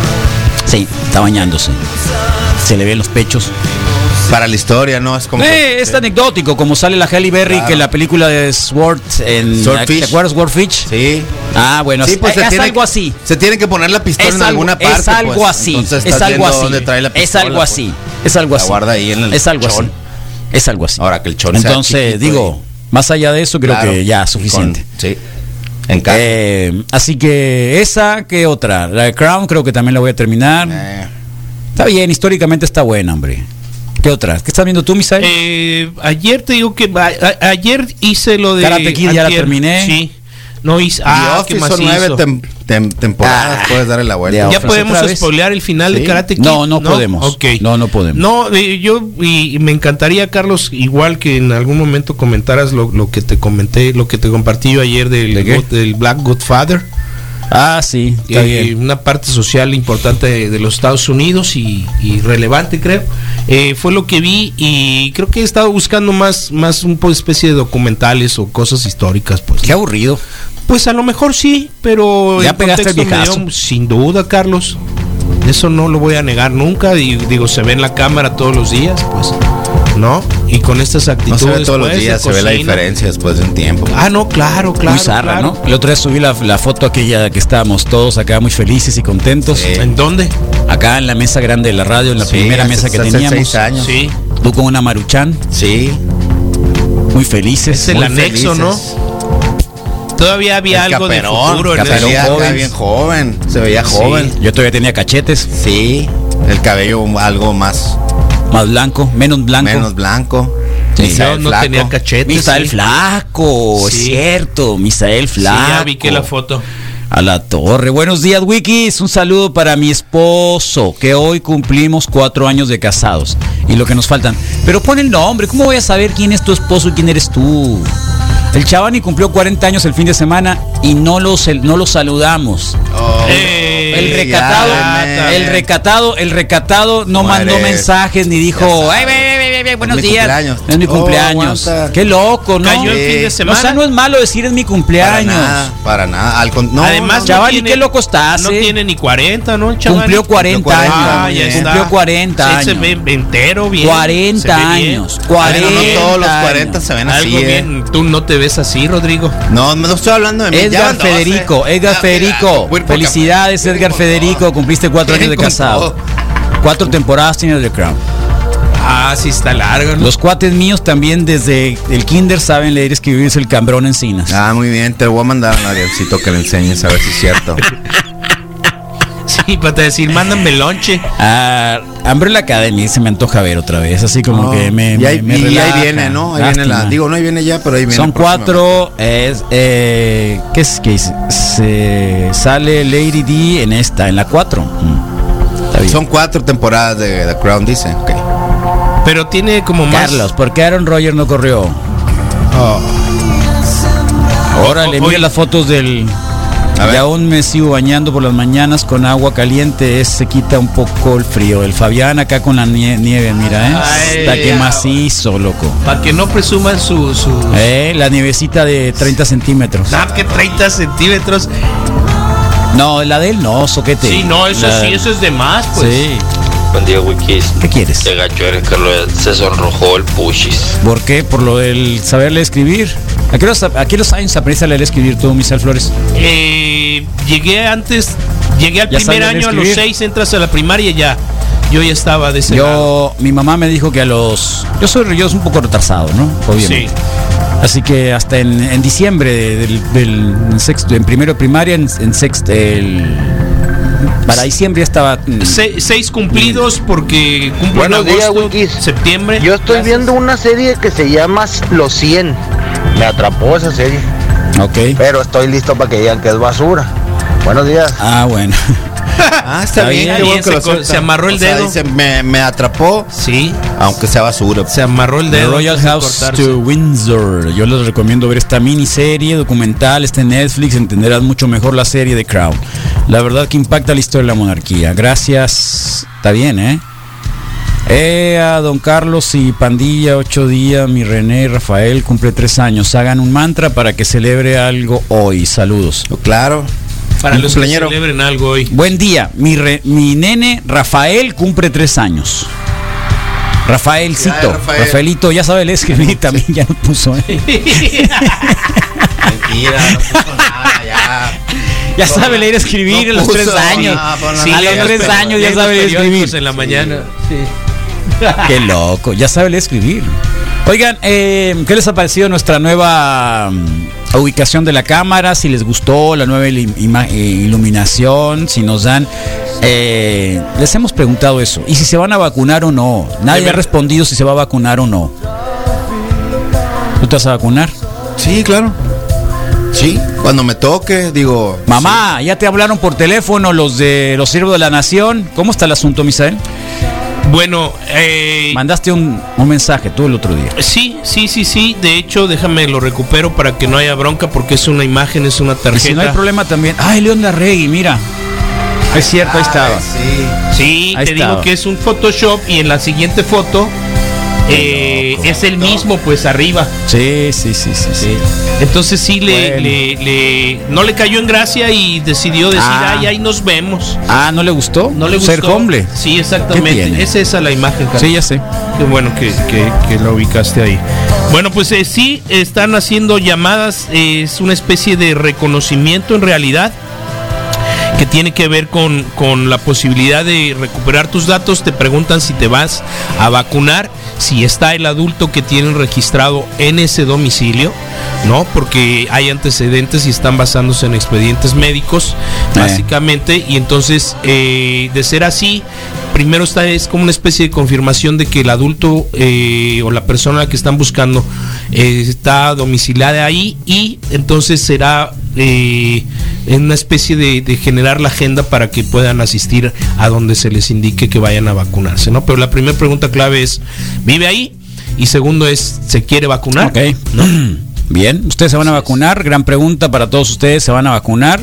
Sí, está bañándose. Se le ven los pechos. Para la historia, ¿no? Es como. Eh, es anecdótico, como sale la Halle Berry, Claro. que la película de Sword en Swordfish. ¿te acuerdas Swordfish? Sí. Ah, bueno, Sí, es, pues se es tiene- algo así. Se tiene que poner la pistola Es en algo, alguna parte. es algo pues. así. Entonces Es estás algo viendo así. dónde trae la Es pistola, algo pues. así. Es algo La así. guarda ahí en el Es algo chón. así. Es algo así. Ahora que el chon sea Entonces, chiquito digo, más allá de eso, creo Claro, que ya y suficiente. con- sí. En casa. Eh, así que esa, ¿qué otra? La de Crown creo que también la voy a terminar. Eh, Está bien, históricamente está buena, hombre. ¿Qué otra? ¿Qué estás viendo tú, Misael? Eh, ayer te digo que a- a- ayer hice lo de Karate Kid, ya la antier. terminé. Sí. No hice. The Ah, ¿qué Office más son nueve hizo? tem- tem- temporadas. Ah, puedes darle la vuelta. The Ya Office podemos otra vez. spoilear el final Sí. de Karate Kid. No, no podemos. Ok. No, no podemos. No, eh, yo y, y me encantaría, Carlos, igual que en algún momento comentaras lo, lo que te comenté, lo que te compartí yo ayer del, ¿De qué? God- del Black Godfather. Ah, sí, está eh, bien. Una parte social importante de, de los Estados Unidos y, y relevante, creo. Eh, fue lo que vi y creo que he estado buscando más, más un poco especie de documentales o cosas históricas, pues. Qué aburrido. Pues a lo mejor sí, pero Ya el pegaste el contexto me viejazo. dio- sin duda, Carlos. Eso no lo voy a negar nunca. Y digo, se ve en la cámara todos los días, pues, ¿no? Y con estas No actitudes. se ve todos los pues, de días, se ve la cocina. diferencia después de un tiempo. Ah, no, claro, claro. Muy zarra, claro. ¿no? El otro día subí la, la foto aquella que estábamos todos acá muy felices y contentos. Sí. ¿En dónde? Acá en la mesa grande de la radio, en la Sí, primera hace- mesa que hace teníamos. seis años. Sí. Tú con una Maruchan, Sí. muy felices. Es el muy anexo, felices. ¿no? Todavía había El algo caperón, de futuro en se Caperón veía eso. acá joven. bien joven. Se veía joven. Yo todavía tenía cachetes, Sí. El cabello algo más más blanco, menos blanco. menos blanco. Sí. Misael no Flaco. tenía cachetes. Misael sí. Flaco, es Sí. cierto, Misael Sí, Flaco. ya vi que la foto. A la torre. Buenos días, Wikis. Un saludo para mi esposo, que hoy cumplimos cuatro años de casados. Y lo que nos faltan. Pero pon el nombre. ¿Cómo voy a saber quién es tu esposo y quién eres tú? El Chavani cumplió cuarenta años el fin de semana y no lo, no lo saludamos. Oh, Eh, El recatado, ya, el recatado, el recatado no ¿Cómo mandó eres? mensajes ni dijo, Ya ay, ve, ve, ve, ve, buenos mi días. cumpleaños. Es mi Oh, cumpleaños. aguanta. Qué loco, ¿no? Cayó el Sí. fin de O semana. sea, no es malo decir es mi Para cumpleaños. nada, para nada. Al con- no, Además, no, Chaval, no ¿y qué loco estás, No eh? tiene ni cuarenta, ¿no, chaval? Cumplió cuarenta cuarenta, años. Ah, ya está. Cumplió cuarenta Sí, se años. ve entero, bien. cuarenta se ve bien. años. Bueno, cuarenta no todos los años. cuarenta se ven así. Algo eh. bien. Tú no te ves así, Rodrigo. No, no estoy hablando de mí. Edgar Ya van doce. Federico, Edgar Ya, Federico. mira, voy por Felicidades, café. Edgar Vienen con Federico. todo. Cumpliste cuatro años de Vienen con casado. todo. Cuatro temporadas tiene The Crown. Ah, sí está largo, ¿no? Los cuates míos también desde el kinder saben leer y escribirse el Cambrón Encinas. Ah, muy bien, te lo voy a mandar a Arielcito que le enseñes a ver si es cierto. Sí, para te decir, mándame lonche. Ah, Umbrella Academy se me antoja ver otra vez, así como No, que me, y ahí, me, me y ahí relaja. viene, ¿no? Ahí viene la. Lástima. Digo, no ahí viene ya, pero ahí viene. Son próximamente. cuatro, es, eh, ¿qué es? ¿Qué es? Se sale Lady D en esta, en la cuatro. Mm, está bien. Son cuatro temporadas de The Crown, dice. Ok. Pero tiene como más. Carlos, ¿por qué Aaron Rodgers no corrió? Órale, O- mira oye. las fotos del... A ver. Y aún me sigo bañando por las mañanas con agua caliente, es, se quita un poco el frío. El Fabián acá con la nie- nieve, mira, ¿eh? Ay, Está que ya. macizo, loco. Para que no presuman su. su... Eh, la nievecita de treinta centímetros. Ah, que treinta centímetros. No, la de él no, soquete. Sí, no, eso La- sí, eso es de más, pues. Sí. Buen día, Wikis. ¿Qué quieres? Qué gacho eres, Carlos. Se sonrojó el pushis. ¿Por qué? Por lo del saberle escribir. ¿A qué los, a qué los años aprendiste a leer y escribir tú, Misael Flores? Eh, llegué antes, llegué al ¿Ya primer sabes año, a los escribir? seis entras a la primaria y ya. Yo ya estaba de ese lado. Yo, mi mamá me dijo que a los... Yo soy, yo soy un poco retrasado, ¿no? Obviamente. Sí. Así que hasta en, en diciembre del, del en sexto, en primero de primaria, en, en sexto, el, para diciembre ya estaba... mm, Se- seis cumplidos porque cumplo en Buenos días, agosto, Wikis. septiembre. Yo estoy viendo una serie que se llama Los cien. Me atrapó esa serie, Ok. pero estoy listo para que digan que es basura. Buenos días. Ah, bueno. Ah, está, Está bien, bien, qué bueno se que lo co- aceptan. se amarró el O sea, dedo. dice, me, me atrapó, Sí, aunque sea basura. se amarró el The dedo. Royal antes de House cortarse. to Windsor. Yo les recomiendo ver esta miniserie documental, está en Netflix, entenderás mucho mejor la serie de Crown. La verdad que impacta la historia de la monarquía. Gracias. Está bien, ¿eh? Eh, a don Carlos y Pandilla, ocho días, mi René y Rafael cumple tres años. Hagan un mantra para que celebre algo hoy. Saludos. Claro. Para Un los que cumpleañero. celebren algo hoy. Buen día, mi, re- mi nene Rafael cumple tres años. Rafaelcito, Ya, Rafael. Rafaelito, ya sabe leer escribir también, ya lo puso. ¿eh? Mentira, no puso nada, ya. Ya sabe leer escribir No a los puso, tres años. no, pues no, Sí, no, a lee los los tres peri- años ya Lee sabe los leer periódicos escribir. en la mañana. Qué loco, ya sabe leer escribir. Oigan, eh, ¿qué les ha parecido nuestra nueva mm, ubicación de la cámara? Si les gustó la nueva ilim- ima- eh, iluminación, si nos dan... eh, les hemos preguntado eso. ¿Y si se van a vacunar o no? Nadie ha ver- respondido si se va a vacunar o no. ¿Tú te vas a vacunar? Sí, claro. Sí, cuando me toque, digo. Mamá, ya te hablaron por teléfono los de los siervos de la nación. ¿Cómo está el asunto, Misael? Bueno, eh, Mandaste un, un mensaje tú el otro día. sí, sí, sí, sí. De hecho, déjame lo recupero para que no haya bronca porque es una imagen, es una Y tarjeta. si no hay problema también. Ay, León Larregui, mira. Es cierto, ahí estaba. Sí. Sí, Ahí te estaba. digo que es un Photoshop y en la siguiente foto eh, es el mismo, pues arriba. Sí, sí, sí, sí, sí. Entonces sí le, Bueno. le, le- no le cayó en gracia y decidió decir, Ah. ay, ahí nos vemos. Ah, ¿no le gustó? No le gustó. Ser hombre. Sí, ¿Qué exactamente. tiene? Es esa la imagen, Carlos. Sí, ya sé. Qué bueno que, que, que la ubicaste ahí. Bueno, pues eh, sí, están haciendo llamadas, eh, es una especie de reconocimiento en realidad que tiene que ver con, con la posibilidad de recuperar tus datos. Te preguntan si te vas a vacunar, si está el adulto que tienen registrado en ese domicilio, ¿no? Porque hay antecedentes y están basándose en expedientes médicos, Eh. básicamente, y entonces, eh, de ser así, primero está es como una especie de confirmación de que el adulto eh, o la persona a la que están buscando eh, está domiciliada ahí, y entonces será eh, en una especie de, de generar la agenda para que puedan asistir a donde se les indique que vayan a vacunarse, ¿no? Pero la primera pregunta clave es, ¿vive ahí? Y segundo es, ¿se quiere vacunar? Ok, ¿no? Bien, ustedes se van a vacunar. Gran pregunta para todos ustedes, ¿se van a vacunar?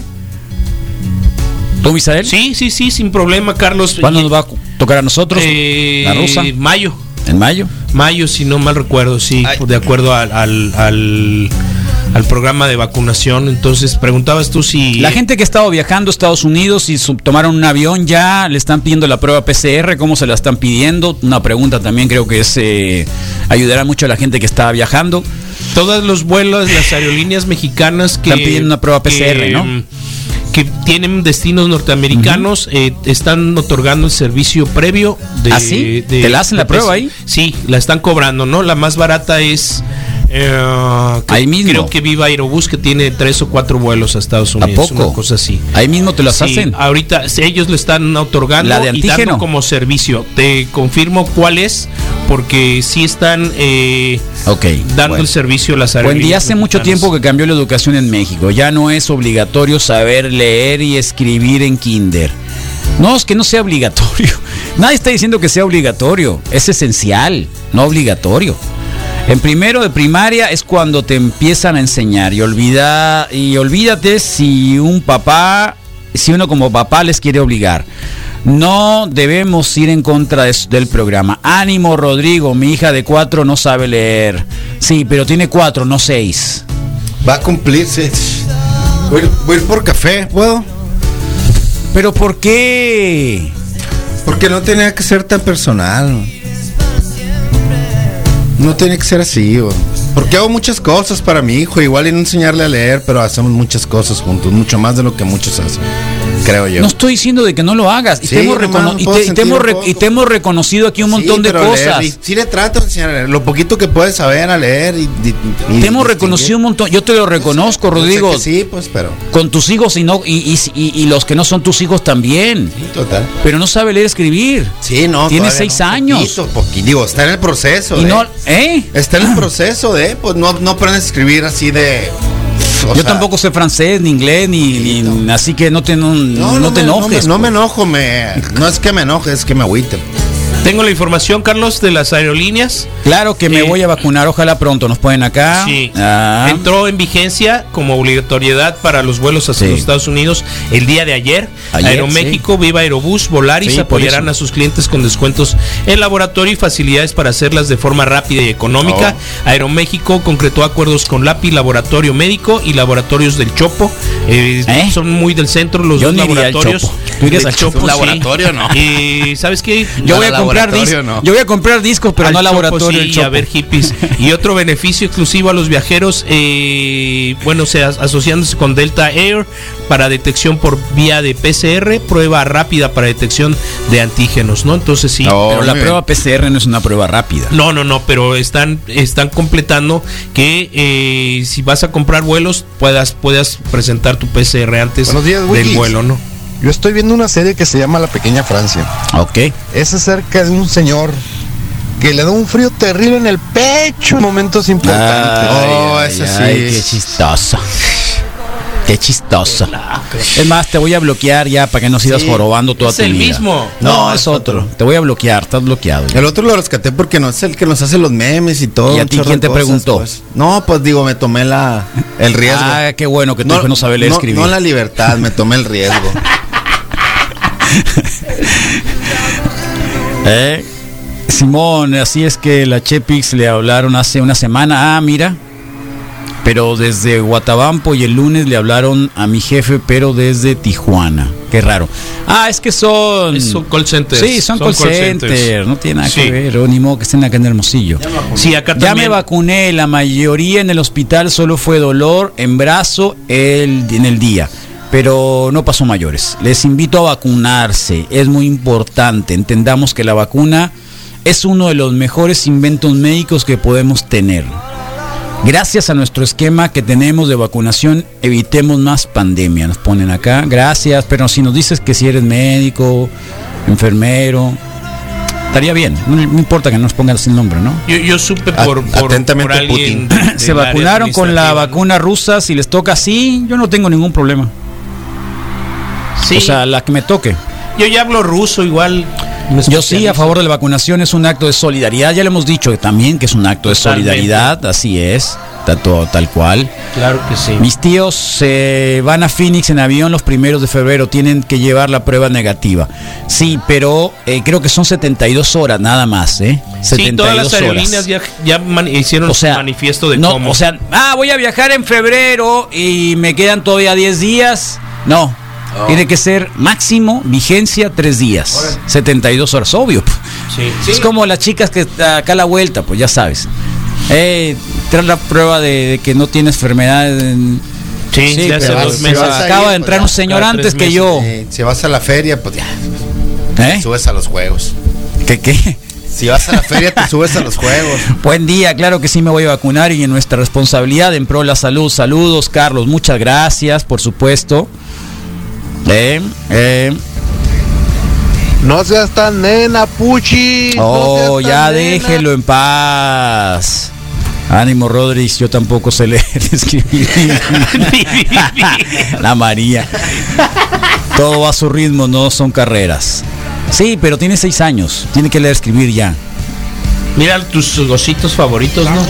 ¿Tú, Misael? Sí, sí, sí, sin problema, Carlos. ¿Cuándo nos va a tocar a nosotros? Eh, ¿La rusa? Mayo. ¿En mayo? Mayo, si no mal recuerdo, sí, Ay. de acuerdo al, al, al, al programa de vacunación. Entonces, preguntabas tú si... La gente que ha estado viajando a Estados Unidos y sub, tomaron un avión, ya le están pidiendo la prueba P C R, ¿cómo se la están pidiendo? Una pregunta también, creo que es, eh, ayudará mucho a la gente que está viajando. Todos los vuelos, las aerolíneas mexicanas que... Están pidiendo una prueba P C R, que, ¿no? que tienen destinos norteamericanos, uh-huh. eh, están otorgando el servicio previo de... ¿Ah, sí? De, ¿Te la hacen de, la prueba ahí? Sí, la están cobrando, ¿no? La más barata es... Eh, que, ahí mismo. Creo que Viva Aerobús, que tiene tres o cuatro vuelos a Estados Unidos. ¿A poco? Una cosa así. Ahí mismo te las sí, hacen. Ahorita ellos le están otorgando la de y antígeno dando como servicio. Te confirmo cuál es, porque sí están eh, okay, dando bueno. el servicio a las aerolíneas. Buen día hace mucho tiempo que cambió la educación en México. Ya no es obligatorio saber leer y escribir en kinder. No, es que no sea obligatorio. Nadie está diciendo que sea obligatorio. Es esencial, no obligatorio. En primero de primaria es cuando te empiezan a enseñar y olvida, y olvídate si un papá, si uno como papá les quiere obligar. No debemos ir en contra de, del programa. Ánimo, Rodrigo, mi hija de cuatro no sabe leer. Sí, pero tiene cuatro, no seis. Va a cumplirse. Voy, voy por café, ¿puedo? ¿Pero por qué? Porque no tenía que ser tan personal. No tiene que ser así, o... porque hago muchas cosas para mi hijo, igual y no enseñarle a leer, pero hacemos muchas cosas juntos, mucho más de lo que muchos hacen, creo yo. No estoy diciendo de que no lo hagas, y, sí, te, hemos recono- no y, te, y, te, hemos re- y te hemos reconocido aquí un sí, montón de cosas. Leer, sí le trato de enseñar a leer, lo poquito que puedes saber a leer. Y, y, y te hemos reconocido un montón, yo te lo reconozco, pues, Rodrigo. Sé que sí, pues, pero... Con tus hijos y, no, y, y, y, y los que no son tus hijos también. Sí, total. Pero no sabe leer, escribir. Sí, no. Tiene seis no, años. Poquito, poquito, digo, está en el proceso. Y de, no, ¿eh? Está en el proceso de, pues no, no aprendes a escribir así de... Yo sea, tampoco sé francés, ni inglés, ni, ni no. así que no te, no, no, no, no te me, enojes. No me, no me enojo, me, no es que me enoje, es que me agüite. Tengo la información, Carlos, de las aerolíneas. Claro que me eh, voy a vacunar, ojalá pronto nos pueden acá. Sí. Ah. Entró en vigencia como obligatoriedad para los vuelos hacia sí. los Estados Unidos el día de ayer. ayer Aeroméxico, sí. Viva Aerobús, Volaris sí, apoyarán a sus clientes con descuentos en laboratorio y facilidades para hacerlas de forma rápida y económica. Oh. Aeroméxico concretó acuerdos con LAPI, Laboratorio Médico y Laboratorios del Chopo. Eh, ¿Eh? Son muy del centro los Yo dos laboratorios. Chopo. ¿Tú irías al Chopo? Sí. Laboratorio, no. Y ¿sabes qué? Yo voy a comprar Dis- no. Yo voy a comprar discos, pero al no Chopo, laboratorio. Sí, a ver hippies. Y otro beneficio exclusivo a los viajeros, eh, bueno, o sea, asociándose con Delta Air para detección por vía de P C R, prueba rápida para detección de antígenos, ¿no? Entonces sí. Oh, pero la bien. prueba P C R no es una prueba rápida. No, no, no, pero están, están completando que eh, si vas a comprar vuelos puedas, puedas presentar tu P C R antes días, del Wikis. vuelo, ¿no? Yo estoy viendo una serie que se llama La Pequeña Francia. Ok. Es acerca de un señor que le da un frío terrible en el pecho en momentos importantes. Ay, oh, ay, eso ay, sí. Ay, qué chistoso. Qué chistoso. Es más, te voy a bloquear ya para que no sigas sí, jorobando toda tu vida. Es el mismo. No, no es otro. otro. Te voy a bloquear, estás bloqueado. Ya. El otro lo rescaté porque no es el que nos hace los memes y todo. ¿Y a ti quién te cosas, preguntó? Pues. No, pues digo, me tomé la el riesgo. Ah, qué bueno que tu no, hijo no sabe leer no, escribir. No la libertad, me tomé el riesgo. ¿Eh? Simón, así es que la Chepix le hablaron hace una semana. Ah, mira. Pero desde Guatabampo, y el lunes le hablaron a mi jefe, pero desde Tijuana. Qué raro. Ah, es que son... Es, son call centers. Sí, son, son call, call centers. centers. No tiene nada sí. que ver. O ni modo que estén acá en Hermosillo. Sí, acá ya también. me vacuné. La mayoría en el hospital solo fue dolor en brazo el, en el día. Pero no pasó mayores. Les invito a vacunarse. Es muy importante. Entendamos que la vacuna es uno de los mejores inventos médicos que podemos tener. Gracias a nuestro esquema que tenemos de vacunación, evitemos más pandemia. Nos ponen acá, gracias, pero si nos dices que si eres médico, enfermero, estaría bien. No, no importa que nos pongan el nombre, ¿no? Yo, yo supe por, At- por, atentamente por alguien de- Se del área vacunaron con la administrativa, vacuna rusa. Si les toca así, yo no tengo ningún problema. ¿no? Sí, O sea, la que me toque. yo ya hablo ruso igual. me Yo sí, a especializo. favor de la vacunación, es un acto de solidaridad. Ya le hemos dicho también que es un acto de Totalmente. solidaridad, así es, está todo tal cual. Claro que sí. Mis tíos se van a Phoenix en avión los primeros de febrero, tienen que llevar la prueba negativa. Sí, pero eh, creo que son setenta y dos horas nada más, ¿eh? Sí, todas las horas. aerolíneas ya, ya man- hicieron O sea, manifiesto de no, cómo. o sea, ah, voy a viajar en febrero y me quedan todavía diez días. No, Oh. tiene que ser máximo vigencia tres días, setenta y dos horas, obvio. sí, Es sí. como las chicas que acá a la vuelta, pues ya sabes. Eh, traer la prueba de, de que no tienes enfermedad. en- Sí, de hace pero dos si meses. vas a acaba ir, de entrar pues, un señor cada antes tres que meses. yo. Eh, si vas a la feria, pues ya, ¿Eh? subes a los juegos. ¿Qué qué? Si vas a la feria, te subes a los juegos. Buen día, claro que sí me voy a vacunar y en nuestra responsabilidad en pro de la salud. Saludos, Carlos, muchas gracias, por supuesto. Eh, eh. No seas tan nena, Puchi. Oh, no seas ya tan nena. déjelo en paz. Ánimo, Rodríguez, yo tampoco sé leer y escribir. La María. Todo va a su ritmo, no son carreras. Sí, pero tiene seis años, tiene que leer y escribir ya. Mira tus gocitos favoritos, ¿no?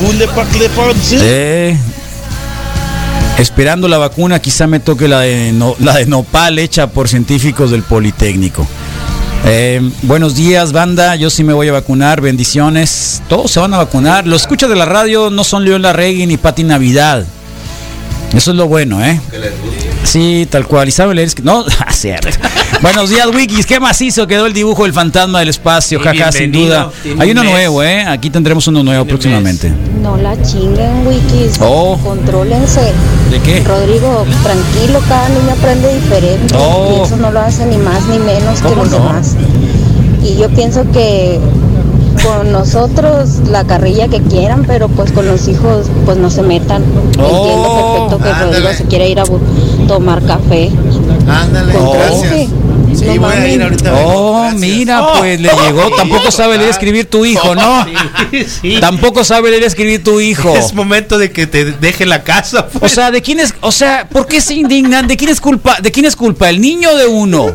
Eh, esperando la vacuna, quizá me toque la de, no- la de nopal hecha por científicos del Politécnico. Eh, buenos días, banda. Yo sí me voy a vacunar. Bendiciones. Todos se van a vacunar. Los escuchas de la radio no son León Larregui ni Pati Navidad. Eso es lo bueno, ¿eh? Sí, tal cual. Y sabe leer. No, cierto. Buenos días, Wikis. Qué macizo quedó el dibujo del fantasma del espacio. Sí, Jaja, sin bienvenido. duda. Tiene Hay un uno mes. nuevo, ¿eh? Aquí tendremos uno nuevo Tiene próximamente. No la chinguen, Wikis. Oh. Contrólense. ¿De qué? Rodrigo, tranquilo, cada niño aprende diferente. Oh. Y eso no lo hace ni más ni menos que ¿Cómo los no? demás. Y yo pienso que con nosotros la carrilla que quieran, pero pues con los hijos pues no se metan. Oh. Entiendo perfecto que Ándale. Rodrigo se quiere ir a bu- tomar café. Ándale, Contrólense. gracias. Sí, No voy a mames. ir ahorita. Oh, Gracias. mira, pues le llegó. Tampoco sabe leer y escribir tu hijo, ¿no? Sí, sí. Tampoco sabe leer y escribir tu hijo. Es momento de que te deje la casa. O Pues. sea, ¿de quién es? O sea, ¿por qué se indignan? ¿De quién es culpa? ¿De quién es culpa? ¿El niño o de uno?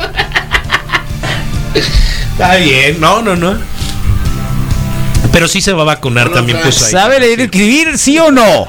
Está bien, no, no, no. Pero sí se va a vacunar también, pues ahí. ¿Sabe leer y escribir, sí o no?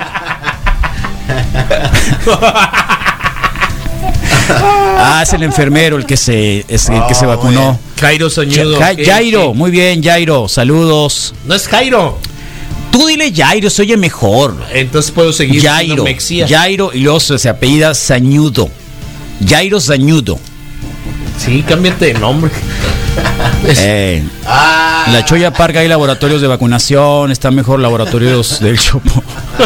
Ah, es el enfermero el que se, es el que se vacunó. Jairo Sañudo. Ja- ¿qué- Jairo, qué? muy bien, Jairo, saludos. No es Jairo. Tú dile Jairo, se oye mejor. Entonces puedo seguir Jairo, siendo Mexía. Jairo y luego se, se apellida Sañudo. Jairo Sañudo. Sí, cámbiate de nombre. Eh, La Choya Park hay laboratorios de vacunación, está mejor laboratorios del Chopo.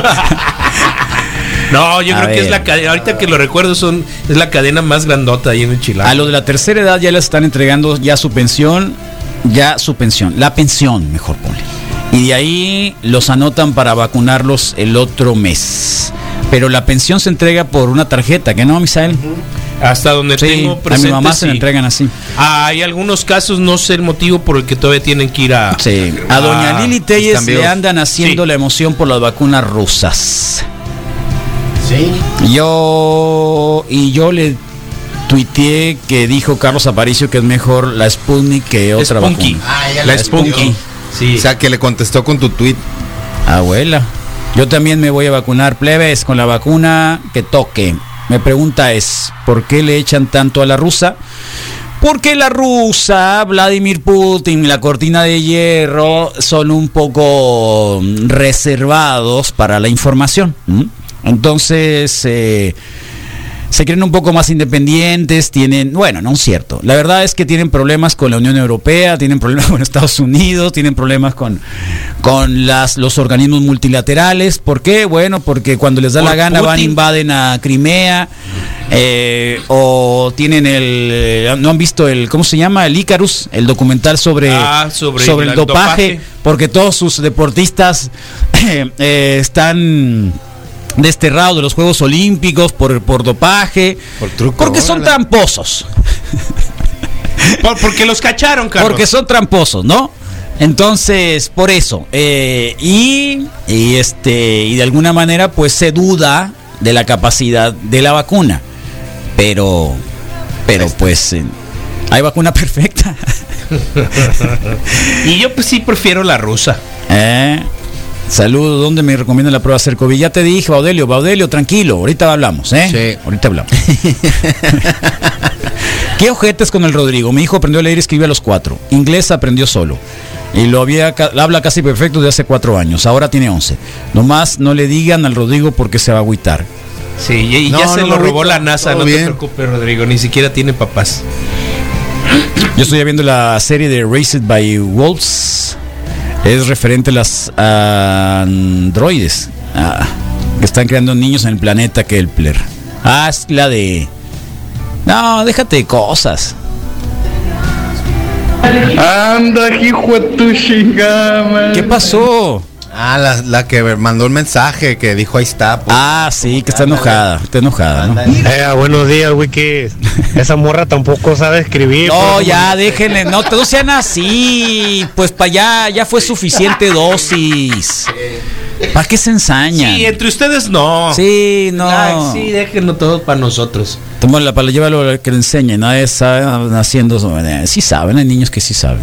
No, yo A creo que ver. es la cadena, ahorita que lo recuerdo, son es la cadena más grandota ahí en el Chilango. A los de la tercera edad ya les están entregando ya su pensión, ya su pensión, la pensión, mejor ponle. Y de ahí los anotan para vacunarlos el otro mes. Pero la pensión se entrega por una tarjeta, ¿que no, Misael? Hasta donde Sí, tengo a presente, mi mamá se sí. la entregan así. Hay algunos casos, no sé el motivo por el que todavía tienen que ir a... Sí. A doña Ah, Lili Telles están le vivos. andan haciendo Sí. la emoción por las vacunas rusas. Sí. Yo y yo le tuiteé que dijo Carlos Aparicio que es mejor la Sputnik que otra Spunky. vacuna. Ah, ya La le Spunky. respondió. Sí. O sea, que le contestó con tu tweet. Abuela, yo también me voy a vacunar, plebes, con la vacuna que toque. Me pregunta es, ¿por qué le echan tanto a la rusa? Porque la rusa, Vladimir Putin y la cortina de hierro son un poco reservados para la información. ¿m? Entonces, eh, se creen un poco más independientes, tienen, bueno, no es cierto. La verdad es que tienen problemas con la Unión Europea, tienen problemas con Estados Unidos, tienen problemas con, con las, los organismos multilaterales. ¿Por qué? Bueno, porque cuando les da Por la gana van, Putin. invaden a Crimea, eh, o tienen el, no han visto el, ¿cómo se llama? El Icarus, el documental sobre, Ah, sobre sobre el el dopaje, dopaje. porque todos sus deportistas eh, están desterrados de los Juegos Olímpicos por, por dopaje, Por truco, porque son órale. tramposos. Por, porque los cacharon, Carlos. Porque son tramposos, ¿no? Entonces, por eso. Eh, y, y, este, y de alguna manera, pues se duda de la capacidad de la vacuna. Pero, pero pues, eh, hay vacuna perfecta. Y yo pues sí prefiero la rusa. Eh, saludos, ¿dónde me recomiendan la prueba hacer COVID? Ya te dije, Baudelio, Baudelio, tranquilo, ahorita hablamos, ¿eh? Sí. Ahorita hablamos. ¿Qué ojetes con el Rodrigo? Mi hijo aprendió a leer y escribir a los cuatro. Inglés aprendió solo. Y lo había, habla casi perfecto desde hace cuatro años. Ahora tiene once. Nomás no le digan al Rodrigo porque se va a agüitar. Sí, y No, ya se no, lo no, robó ahorita, la NASA, todo no bien. te preocupes, Rodrigo, ni siquiera tiene papás. Yo estoy viendo la serie de Raised by Wolves. Es referente a las androides ah, que están creando niños en el planeta Kepler. Ah, es la de... No, déjate de cosas. Anda, hijo de tu chingada. ¿Qué pasó? Ah, la, la que mandó el mensaje que dijo ahí está. Pues. Ah, sí, que está enojada, está enojada, ¿no? Eh, buenos días, Wiki. Esa morra tampoco sabe escribir. No, ya, déjenle, no, todos sean así. Pues para allá, ya fue suficiente dosis. ¿Para qué se ensañan? Sí, entre ustedes no. Sí, no. Ay, sí, déjenlo todo para nosotros. Tómala, para llévalo que le enseñe. Nadie sabe haciendo eso. Sí saben, hay niños que sí saben.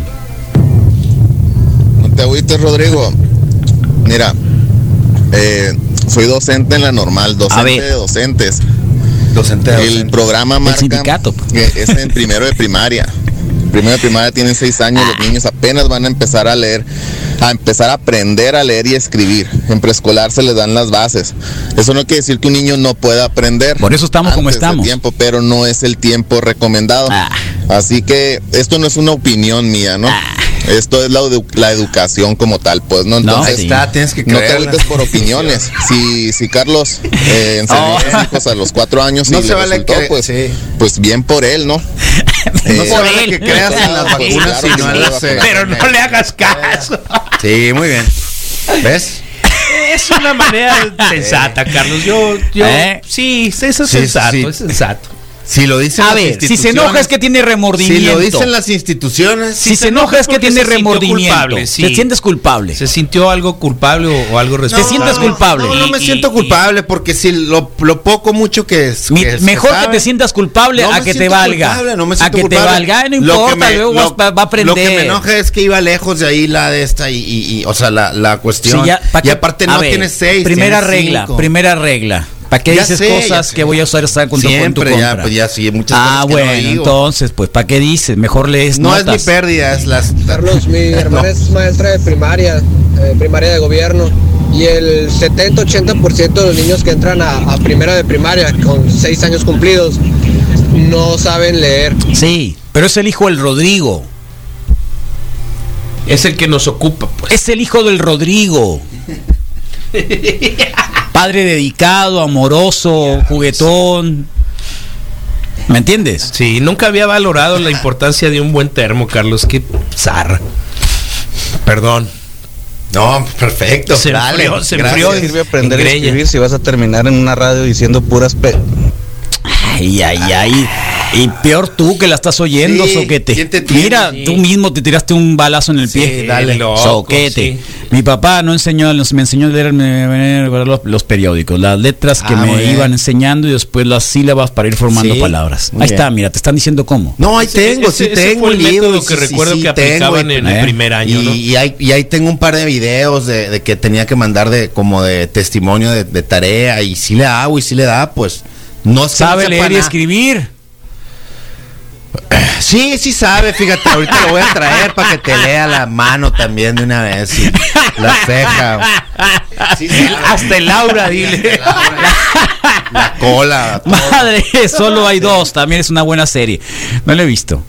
No te agüites, Rodrigo. Mira, eh, soy docente en la normal, docente de docentes. Docente de El docentes. programa marca sindicato. que es en primero de primaria. Primero de primaria tienen seis años, los niños apenas van a empezar a leer, a empezar a aprender a leer y escribir. En preescolar se les dan las bases. Eso no quiere decir que un niño no pueda aprender. Por eso estamos como antes del estamos. tiempo, pero no es el tiempo recomendado. Ah. Así que esto no es una opinión mía, ¿no? Ah. Esto es la, edu- la educación como tal, pues, ¿no? Entonces, Ahí está, tienes que no te creerla. agüites por opiniones. Si, si Carlos eh, enseñó Oh. a sus hijos a los cuatro años No y se le vale resultó, que- pues, sí. pues bien por él, ¿no? No se vale que creas en las Pues, vacunas claro y que no sí, en las... vacunas. Pero no le hagas caso. Sí, muy bien. ¿Ves? Es una manera sensata, Carlos. Yo, yo, ¿Eh? sí, eso es Sí, sensato, sí. es sensato. Si lo dicen A las ver, si se instituciones- enoja es que tiene remordimiento. Si lo dicen las instituciones... Si se enoja es que porque tiene se sintió remordimiento. culpable, sí. Te sientes culpable. Se sintió algo culpable o, o algo Te responsable. sientes culpable. No, no me Y- siento y- culpable porque si lo, lo poco mucho que es... Mi- que se mejor sabe- que te sientas culpable No a me que te siento valga. culpable, no me a siento que te culpable. valga. Ay, no Lo que importa, me- luego lo- va, va a aprender. Lo que me enoja es que iba lejos de ahí la de esta y, y- y, o sea, la, la cuestión. Sí, ya, ¿pa' y qué? aparte A no ver, tiene seis. Primera tiene regla, cinco. primera regla. ¿Para qué Ya dices sé, ya cosas sé. que voy a usar estar con tu, con tu Siempre, contra? ya, pues ya sí, muchas Ah, cosas que no bueno, digo. entonces, pues, ¿para qué dices? Mejor lees No es mi notas. pérdida, es las... Carlos, mi hermana es maestra de primaria, eh, primaria de gobierno, y el setenta ochenta por ciento de los niños que entran a, a primera de primaria con seis años cumplidos no saben leer. Sí, pero es el hijo del Rodrigo. Es el que nos ocupa, pues. Es el hijo del Rodrigo. Padre dedicado, amoroso, juguetón. ¿Me entiendes? Sí, nunca había valorado la importancia de un buen termo, Carlos. Qué zarra. Perdón. No, perfecto. Se dale, enfrió, se gracias. enfrió. Sirve aprender a Engreña. escribir si vas a terminar en una radio diciendo puras pe... Ay, ay, ay. Y peor tú que la estás oyendo, Sí, soquete. ¿quién te tiene? Mira, Sí. tú mismo te tiraste un balazo en el Sí, pie. dale, loco, soquete. sí. Mi papá no enseñó, nos- me enseñó a leer me- me- me- los, los periódicos, las letras que Ah, muy me bien. iban enseñando y después las sílabas para ir formando Sí, palabras. muy Ahí bien. está, mira, te están diciendo cómo. No, ahí Ese- tengo, ese- sí ese tengo fue el un libro método que sí, sí, recuerdo sí que tengo, aplicaban y- en ¿eh? el primer año, y, ¿no? y ahí, y ahí tengo un par de videos de, de que tenía que mandar de como de testimonio de, de tarea y si le hago y si le da, pues no es que Sabe no sepa leer y nada. escribir. Sí, sí sabe, fíjate, ahorita lo voy a traer para que te lea la mano también de una vez y la ceja. Sí sabe. Hasta el Laura, dile. La cola. todo. Madre, solo hay dos. También es una buena serie. No la he visto.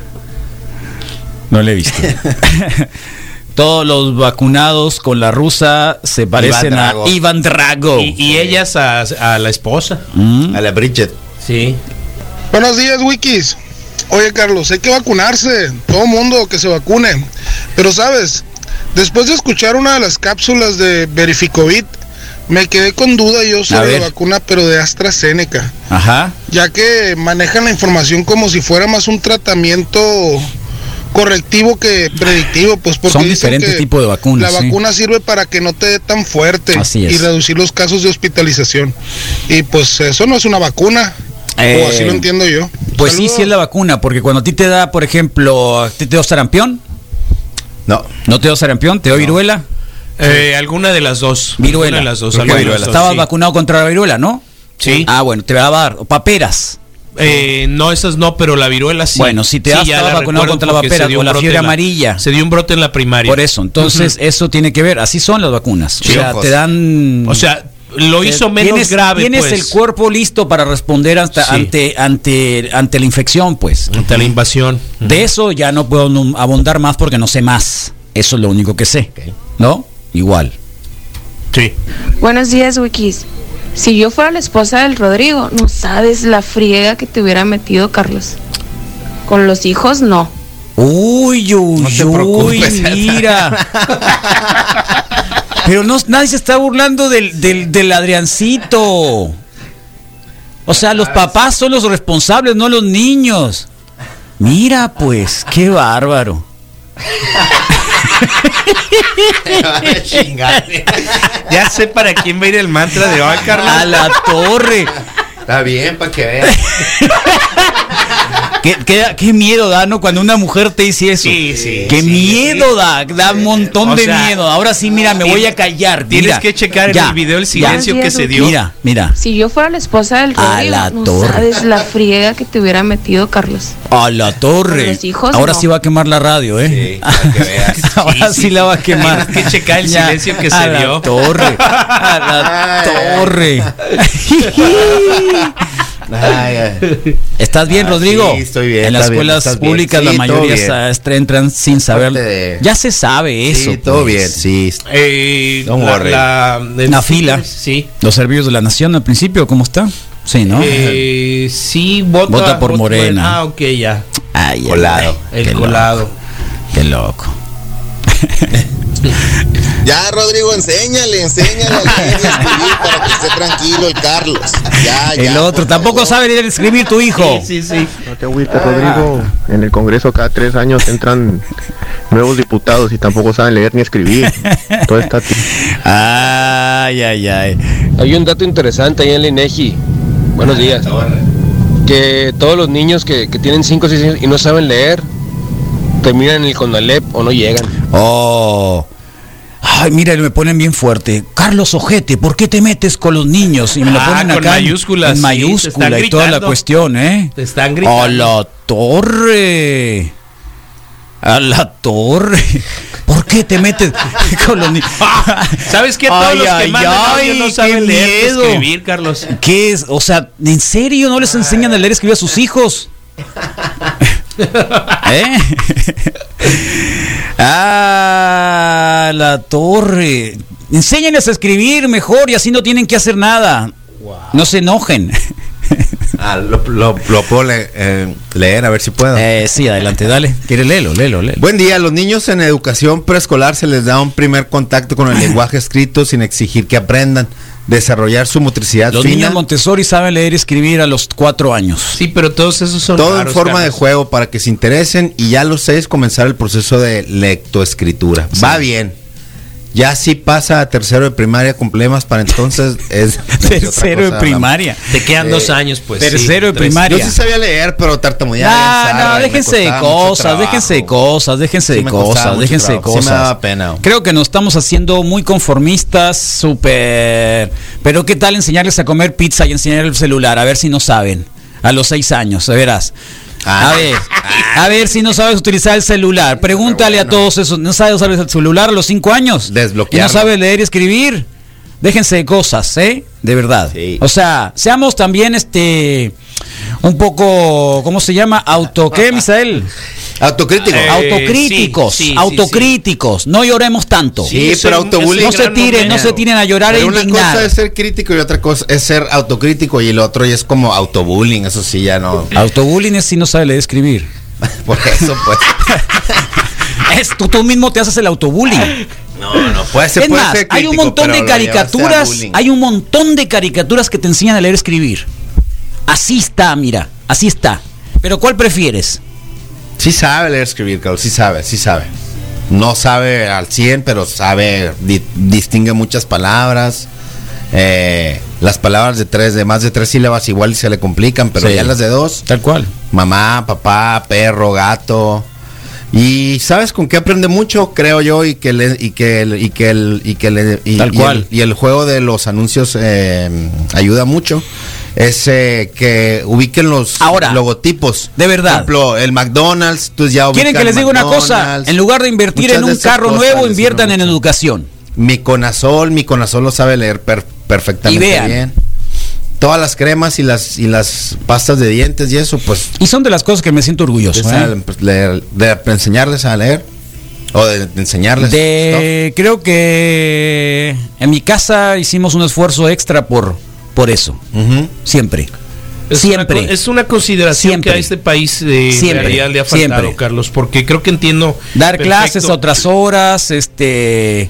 No la he visto. Todos los vacunados con la rusa se parecen Iván a Drago. Iván Drago. Y, y ellas a, a la esposa. Mm. A la Bridget. Sí. Buenos días, Wikis. Oye, Carlos, hay que vacunarse. Todo mundo que se vacune. Pero, ¿sabes? Después de escuchar una de las cápsulas de Verificovit, Me quedé con duda yo A sobre ver. la vacuna, pero de AstraZeneca, Ajá. ya que manejan la información como si fuera más un tratamiento correctivo que predictivo, pues porque Son dicen diferentes que tipos de vacunas, la sí. vacuna sirve para que no te dé tan fuerte Así es. y reducir los casos de hospitalización. Y pues eso no es una vacuna, Eh, o así lo entiendo yo. Pues Saludos. sí, sí es la vacuna, porque cuando a ti te da, por ejemplo, ¿a ti te dio sarampión? No. ¿No te dio sarampión? ¿Te dio viruela? Eh, alguna de las dos. Viruela. Alguna de las dos. Creo que alguna de viruela. las dos, Estabas sí. vacunado contra la viruela, ¿no? Sí. Ah, bueno, te va a dar. O paperas. Eh, no, esas no, pero la viruela sí. Bueno, si te Sí, has ya estado la vacunado recuerdo contra la porque papera se dio o un la brote fiebre en amarilla. Se dio un brote en la primaria. Por eso, entonces Ujú. eso tiene que ver. Así son las vacunas. Sí, o sea, ojos. te dan. O sea, lo te- hizo menos tienes, grave, Tienes pues. el cuerpo listo para responder hasta, Sí. ante, ante, ante la infección, pues. Ante la invasión. De eso ya no puedo num- abundar más porque no sé más. Eso es lo único que sé. ¿No? Igual. Sí. Buenos días, Wikis. Si yo fuera la esposa del Rodrigo, no sabes la friega que te hubiera metido, Carlos. Con los hijos, no. Uy, uy, No te uy, preocupes. mira. Pero no, nadie se está burlando del, del, del Adriancito. O sea, los papás son los responsables, no los niños. Mira, pues, qué bárbaro. Ya sé para quién va a ir el mantra de hoy, Carlos. A la torre. Está bien, para que vean. ¿Qué, qué, qué miedo da, ¿no? Cuando una mujer te dice eso. Sí, sí, Qué sí, miedo sí. da, da un montón O de sea, miedo. Ahora sí, mira, me voy a callar. Tienes mira. que checar en Ya, el video el ya. silencio que se dio. Mira, mira. Si yo fuera la esposa del A Rodrigo, la no torre. sabes la friega que te hubiera metido, Carlos. A la torre. Con los hijos, Ahora no. sí va a quemar la radio, ¿eh? Sí, para que veas. Ahora sí, sí, la va a sí. quemar. Tienes que checar el Ya, silencio que a se la dio. Torre. A la torre. Ay, ay. ¿Estás bien, Ah, Rodrigo? sí, estoy bien, En las está bien, escuelas estás bien. públicas Sí, la todo mayoría bien. sa- est- entran sin saber. Parte de- Ya se sabe eso. Sí, todo pues. bien, sí. Eh, Don't la, worry. la, el- Una fila. Sí. Los servicios de la nación al principio, ¿cómo está? Sí, ¿no? Eh, sí, vota, Vota por Morena. Ah, ok, ya. Ay, ay, colado. ay, El qué colado. loco, Qué loco. Ya, Rodrigo, enséñale, enséñale a leer y a escribir para que esté tranquilo el Carlos. Ya, ya. El otro por tampoco favor. sabe leer y escribir tu hijo. Sí, sí. No te agüites, Rodrigo. En el Congreso cada tres años entran nuevos diputados y tampoco saben leer ni escribir. Todo está... Ay, ay, ay. Hay un dato interesante ahí en la INEGI. Buenos días. Que todos los niños que, que tienen cinco o seis años y no saben leer, terminan en el CONALEP o no llegan. Oh. Ay, mira, me ponen bien fuerte. Carlos Ojete, ¿por qué te metes con los niños? Y me lo Ah, ponen con acá en- mayúsculas, en sí, te mayúscula están y toda la gritando. cuestión, ¿eh? Te están gritando. A la torre. A la torre. ¿Por qué te metes con los niños? ¿Sabes qué? Todos Ay, los que ay, mandan audio ay, no qué saben leer ni miedo. escribir, Carlos. ¿Qué es? O sea, ¿en serio no les enseñan a leer y escribir a sus hijos? ¿Eh? Ah, la torre. Enséñenles a escribir mejor y así no tienen que hacer nada. No se enojen. Ah, lo, lo, lo puedo le- eh, leer, a ver si puedo. Eh, sí, adelante, dale. ¿Quieres léelo, léelo, léelo? Buen día, a los niños en educación preescolar se les da un primer contacto con el lenguaje escrito sin exigir que aprendan, desarrollar su motricidad Los fina, niños Montessori saben leer y escribir a los cuatro años. Sí, pero todos esos son todo en raros, forma de Carlos. juego para que se interesen y ya a los seis comenzar el proceso de lectoescritura. Sí. Va bien. Ya si pasa a tercero de primaria con problemas para entonces es Tercero de primaria. Te quedan Eh, dos años, pues. tercero sí, de tres. primaria. Yo sí sabía leer, pero tartamudeaba. No, bien no, zarra y me déjense de costaba mucho cosas, trabajo. déjense de cosas, déjense Sí de me costaba cosas, mucho déjense de trabajo, sí me cosas. daba pena. Creo que nos estamos haciendo muy conformistas, súper. Pero ¿qué tal enseñarles a comer pizza y enseñar el celular? A ver si no saben. A los seis años, de veras. Ah, a ver, a ver si no sabes utilizar el celular. Pregúntale a todos esos. ¿No sabes usar el celular a los cinco años? Desbloquearlo. ¿Y no sabes leer y escribir? Déjense de cosas, ¿eh? De verdad. Sí. O sea, seamos también este un poco, ¿cómo se llama? Auto, ¿qué, Misael? Autocrítico. Eh, autocríticos, sí, sí, sí, autocríticos. No lloremos tanto. Sí, ese- pero autobullying. no ese se gran tiren, no momento. se tiren a llorar Pero e una indignar. cosa es ser crítico y otra cosa es ser autocrítico y el otro ya es como autobullying, eso sí ya no. Autobullying es si no sabe leer y escribir. Por eso pues. Es, tú, tú mismo te haces el autobullying. No, no, puede ser. Es puede más, ser hay un crítico, montón pero de lo llevaste a caricaturas, bullying. hay un montón de caricaturas que te enseñan a leer y escribir. Así está, mira, así está. Pero ¿cuál prefieres? Sí sabe leer, escribir, Carlos, sí sabe, sí sabe. No sabe al cien, pero sabe, di- distingue muchas palabras. Eh, las palabras de tres, de más de tres sílabas igual se le complican, pero Sí. ya las de dos. Tal cual. Mamá, papá, perro, gato. Y ¿sabes con qué aprende mucho? Creo yo, y que le, y que el, y que el, y que le, y, Tal y cual. el, y el juego de los anuncios eh, ayuda mucho. Es eh, que ubiquen los Ahora, logotipos. de verdad. Por ejemplo, el McDonald's, tú ya ¿Quieren ubican que les diga una cosa? McDonald's. En lugar de invertir Muchas en de un esas carro cosas nuevo, les inviertan sirven en mucho. educación. Mi Conazol, mi Conazol lo sabe leer per- perfectamente Y vean. bien. Todas las cremas y las y las pastas de dientes y eso, pues Y son de las cosas que me siento orgulloso. de, ¿eh? saber, pues, leer- de enseñarles a leer o de, de enseñarles. De, creo que en mi casa hicimos un esfuerzo extra por, por eso. Ujú. Siempre. Es Siempre. Una, co- es una consideración Siempre. que a este país eh, Siempre. en realidad le ha faltado, Siempre. Carlos, porque creo que entiendo. Dar perfecto. clases a otras horas, este,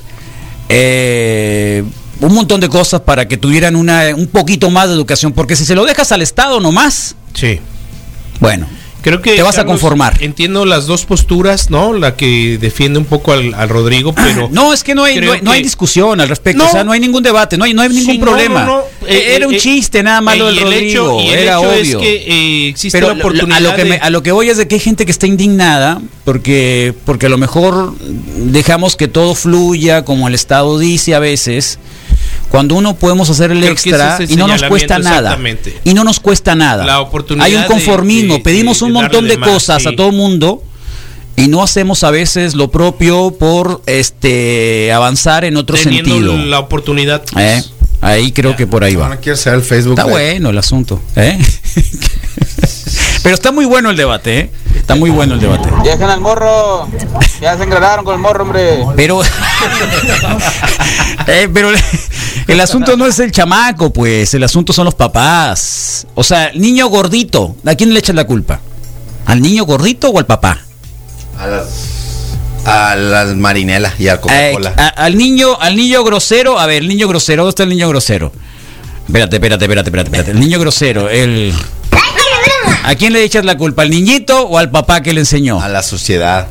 eh, un montón de cosas para que tuvieran una, un poquito más de educación, porque si se lo dejas al Estado nomás, Sí. bueno, Creo que te vas a Carlos, conformar. Entiendo las dos posturas, ¿no? La que defiende un poco al, al Rodrigo, pero No, es que no hay, creo no hay, no hay que- discusión al respecto, No. o sea, no hay ningún debate, no hay, no hay ningún Sí, no, problema. no, no. Eh, Era un eh, chiste nada más lo y del el Rodrigo, hecho- y el era hecho obvio. es que eh, existe Pero la oportunidad a lo que de- me, a lo que voy es de que hay gente que está indignada porque porque a lo mejor dejamos que todo fluya como el Estado dice a veces, cuando uno podemos hacer el Creo que extra ese es el y no nos cuesta señalamiento, nada. exactamente. Y no nos cuesta nada. La oportunidad Hay un de- conformismo, de- pedimos de- un de montón darle de más, cosas sí. a todo mundo y no hacemos a veces lo propio por este avanzar en otro teniendo sentido. la oportunidad. ¿Eh? Ahí creo que por ahí va. No quiero saber el Facebook. Está de- bueno el asunto, ¿eh? Pero está muy bueno el debate, ¿eh? Está muy bueno el debate. Dejen al morro. Ya se engranaron con el morro, hombre. Pero, eh, pero el asunto no es el chamaco, pues. El asunto son los papás. O sea, el niño gordito, ¿a quién le echan la culpa? ¿Al niño gordito o al papá? A las a las Marinela y al Eh, Coca-Cola. a- al niño, al niño grosero. A ver, el niño grosero, ¿dónde está el niño grosero? Espérate, espérate, espérate, espérate, espérate. El niño grosero, el. ¿A quién le echas la culpa? ¿Al niñito o al papá que le enseñó? A la sociedad.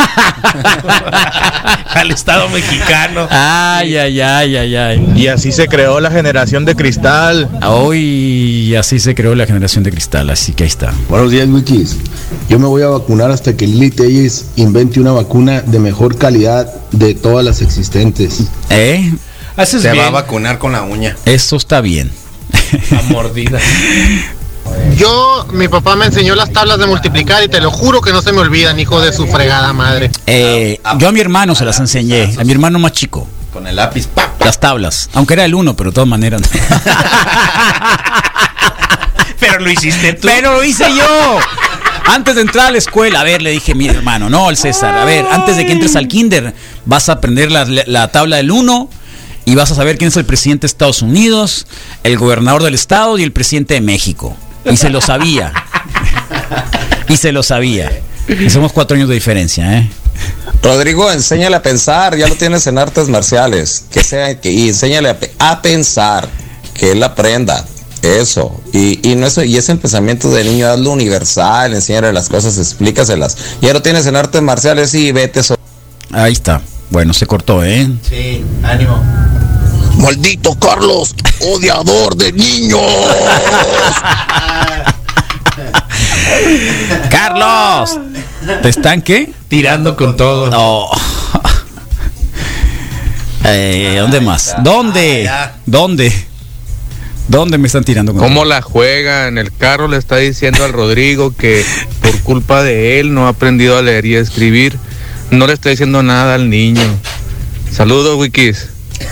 Al Estado mexicano. Ay, ay, ay, ay, ay. Y así se creó la generación de cristal. Hoy así se creó la generación de cristal, así que ahí está. Buenos días, Wikis. Yo me voy a vacunar hasta que Lili Telles invente una vacuna de mejor calidad de todas las existentes. ¿Eh? Haces Se bien. va a vacunar con la uña. Eso está bien. A mordida. Yo, mi papá me enseñó las tablas de multiplicar y te lo juro que no se me olvidan, hijo de su fregada madre. Eh, yo a mi hermano se las enseñé, a mi hermano más chico, Con el lápiz. ¡pa! las tablas, aunque era el uno, pero de todas maneras. Pero lo hiciste tú. Pero lo hice yo. Antes de entrar a la escuela, a ver, le dije a mi hermano, no, al César, a ver, antes de que entres al kinder, vas a aprender la, la tabla del uno y vas a saber quién es el presidente de Estados Unidos, el gobernador del estado y el presidente de México. Y se lo sabía. Y se lo sabía. Y somos cuatro años de diferencia, ¿eh? Rodrigo, enséñale a pensar, ya lo tienes en artes marciales. Que sea, que, y enséñale a, pe- a pensar, que él aprenda. Eso. Y, y no es, y ese pensamiento de niño, hazlo universal, enséñale las cosas, explícaselas. Ya lo tienes en artes marciales y vete so- Ahí está. Bueno, se cortó, ¿eh? Sí, ánimo. Maldito Carlos, odiador de niños. Carlos, ¿te están qué? Tirando con todo. No. Eh, ¿Dónde más? ¿Dónde? ¿Dónde? ¿Dónde me están tirando? Con ¿Cómo la juega? En el carro le está diciendo al Rodrigo que por culpa de él no ha aprendido a leer y a escribir. No le está diciendo nada al niño. Saludos, Wikis.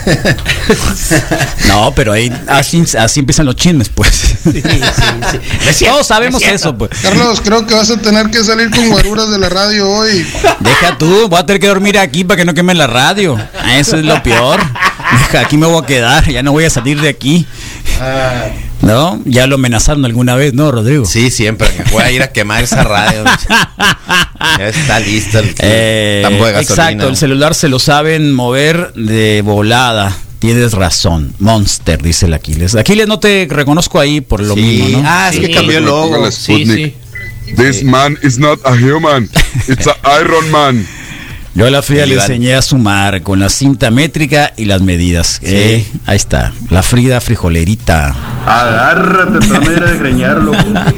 No, pero ahí así, así empiezan los chismes, pues. Sí, sí, sí. Todos sabemos eso, pues. Carlos, creo que vas a tener que salir con guaruras de la radio hoy. Deja tú, voy a tener que dormir aquí para que no queme la radio. Eso es lo peor. Deja, aquí me voy a quedar, ya no voy a salir de aquí. ¿No? Ya lo amenazaron alguna vez, ¿no, Rodrigo? Sí, siempre. Me voy a ir a quemar esa radio. Ya está listo el eh, tambo de gasolina. Exacto, el celular se lo saben mover de volada. Tienes razón. Monster, dice el Aquiles. Aquiles, no te reconozco ahí por lo sí. mismo, ¿no? Ah, es sí. que cambió el logo. Sí, sí. This sí. man is not a human. It's an Iron Man. Yo a la Frida le enseñé a sumar con la cinta métrica y las medidas. Sí. Eh, ahí está, la Frida frijolerita. Agárrate, también de greñar, loco.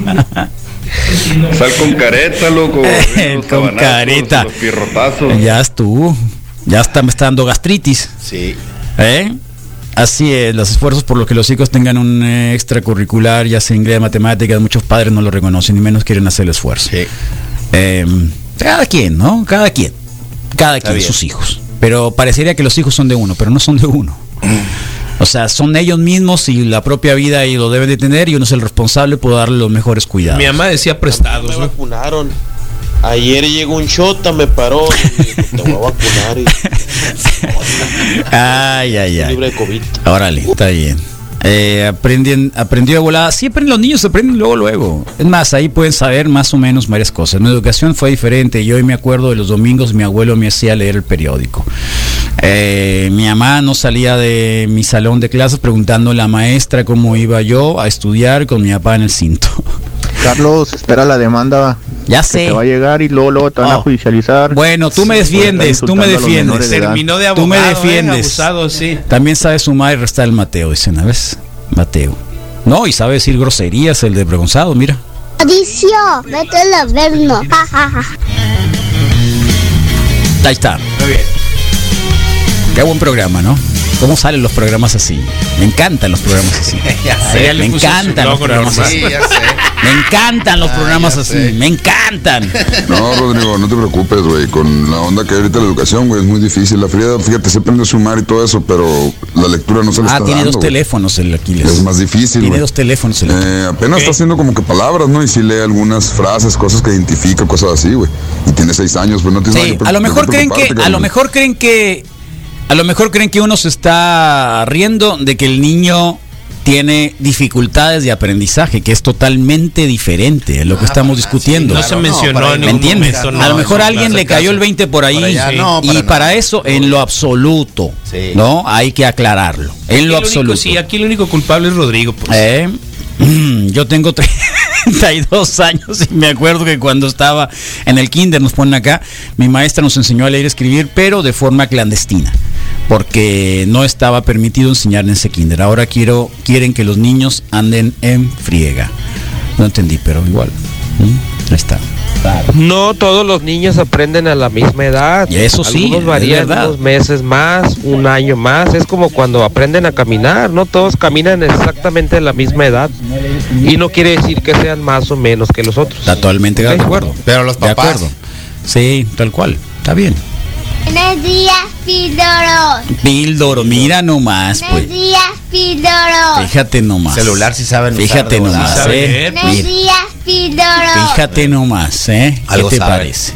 Sal con careta, loco. Con careta. Los pirrotazos. Ya estuvo. Ya está, me está dando gastritis. Sí. ¿Eh? Así es, los esfuerzos por los que los hijos tengan un eh, extracurricular, ya sea inglés, matemáticas, muchos padres no lo reconocen, ni menos quieren hacer el esfuerzo. Sí. Eh, cada quien, ¿no? Cada quien. Cada quien, sus hijos. Pero parecería que los hijos son de uno, pero no son de uno. O sea, son ellos mismos y la propia vida y lo deben de tener y uno es el responsable por darle los mejores cuidados. Mi mamá decía prestados. Me vacunaron. Ayer llegó un chota, me paró y me dijo, te voy a vacunar. Y... ay, ay, ay. Libre de COVID. Órale, está bien. Eh, aprendien, aprendió de volada. Siempre los niños aprenden luego, luego. Es más, ahí pueden saber más o menos varias cosas. Mi educación fue diferente. Yo hoy me acuerdo de los domingos, mi abuelo me hacía leer el periódico. Eh, mi mamá no salía de mi salón de clases preguntando a la maestra cómo iba yo a estudiar con mi papá en el cinto. Carlos, espera la demanda. Ya sé. Te va a llegar y luego, luego te van oh. a judicializar. Bueno, tú me defiendes, tú me defiendes. De Terminó de abogado, tú me defiendes. Eh, abusado, sí. También sabe sumar y restar el Mateo, dicen, ¿ves? Mateo. No, y sabe decir groserías el de pregonzado, mira. Mauricio, vete al averno. Ahí está. Muy bien. Qué buen programa, ¿no? ¿Cómo salen los programas así? Me encantan los programas así. Ya sé, me encantan los programas así. Sí, ya sé. Me encantan los ah, programas así. Sé. Me encantan. No, Rodrigo, no te preocupes, güey. Con la onda que hay ahorita la educación, güey, es muy difícil. La Frida, fíjate, se aprende a sumar y todo eso, pero la lectura no se le ah, está tiene dando, dos güey. teléfonos el Aquiles. Es más difícil, Tiene wey. dos teléfonos el Aquiles. Eh, apenas okay. está haciendo como que palabras, ¿no? Y sí lee algunas frases, cosas que identifica, cosas así, güey. Y tiene seis años, pues no tiene sí, nada que a lo mejor creen que, a lo mejor creen que A lo mejor creen que uno se está riendo de que el niño tiene dificultades de aprendizaje, que es totalmente diferente a lo que ah, estamos discutiendo. Sí, no se mencionó no, en ¿me entiendes? Momento, no, a lo mejor a alguien le cayó caso. el veinte por ahí, allá, sí. no, y para para no. eso en lo absoluto, sí. ¿no? Hay que aclararlo. En aquí lo absoluto. Único, sí, aquí el único culpable es Rodrigo. Pues. Eh, yo tengo treinta y dos años y me acuerdo que cuando estaba en el kinder, nos ponen acá, mi maestra nos enseñó a leer y escribir, pero de forma clandestina, porque no estaba permitido enseñar en ese kinder. Ahora quiero quieren que los niños anden en friega. No entendí, pero igual. ¿Mm? Ahí está. Claro. No todos los niños aprenden a la misma edad. Y eso sí, algunos varían unos meses más, un año más. Es como cuando aprenden a caminar. No todos caminan exactamente a la misma edad. Y no quiere decir que sean más o menos que los otros. Totalmente de acuerdo. Pero los papás. De acuerdo. Sí, tal cual. Está bien. Buenos días, Píldoro. Píldoro, mira nomás, pues. Buenos días, Píldoro. Fíjate nomás. Celular si saben usar. Fíjate nomás, eh. Buenos días, Píldoro. Fíjate nomás, eh. ¿Qué Algo te sabe. parece?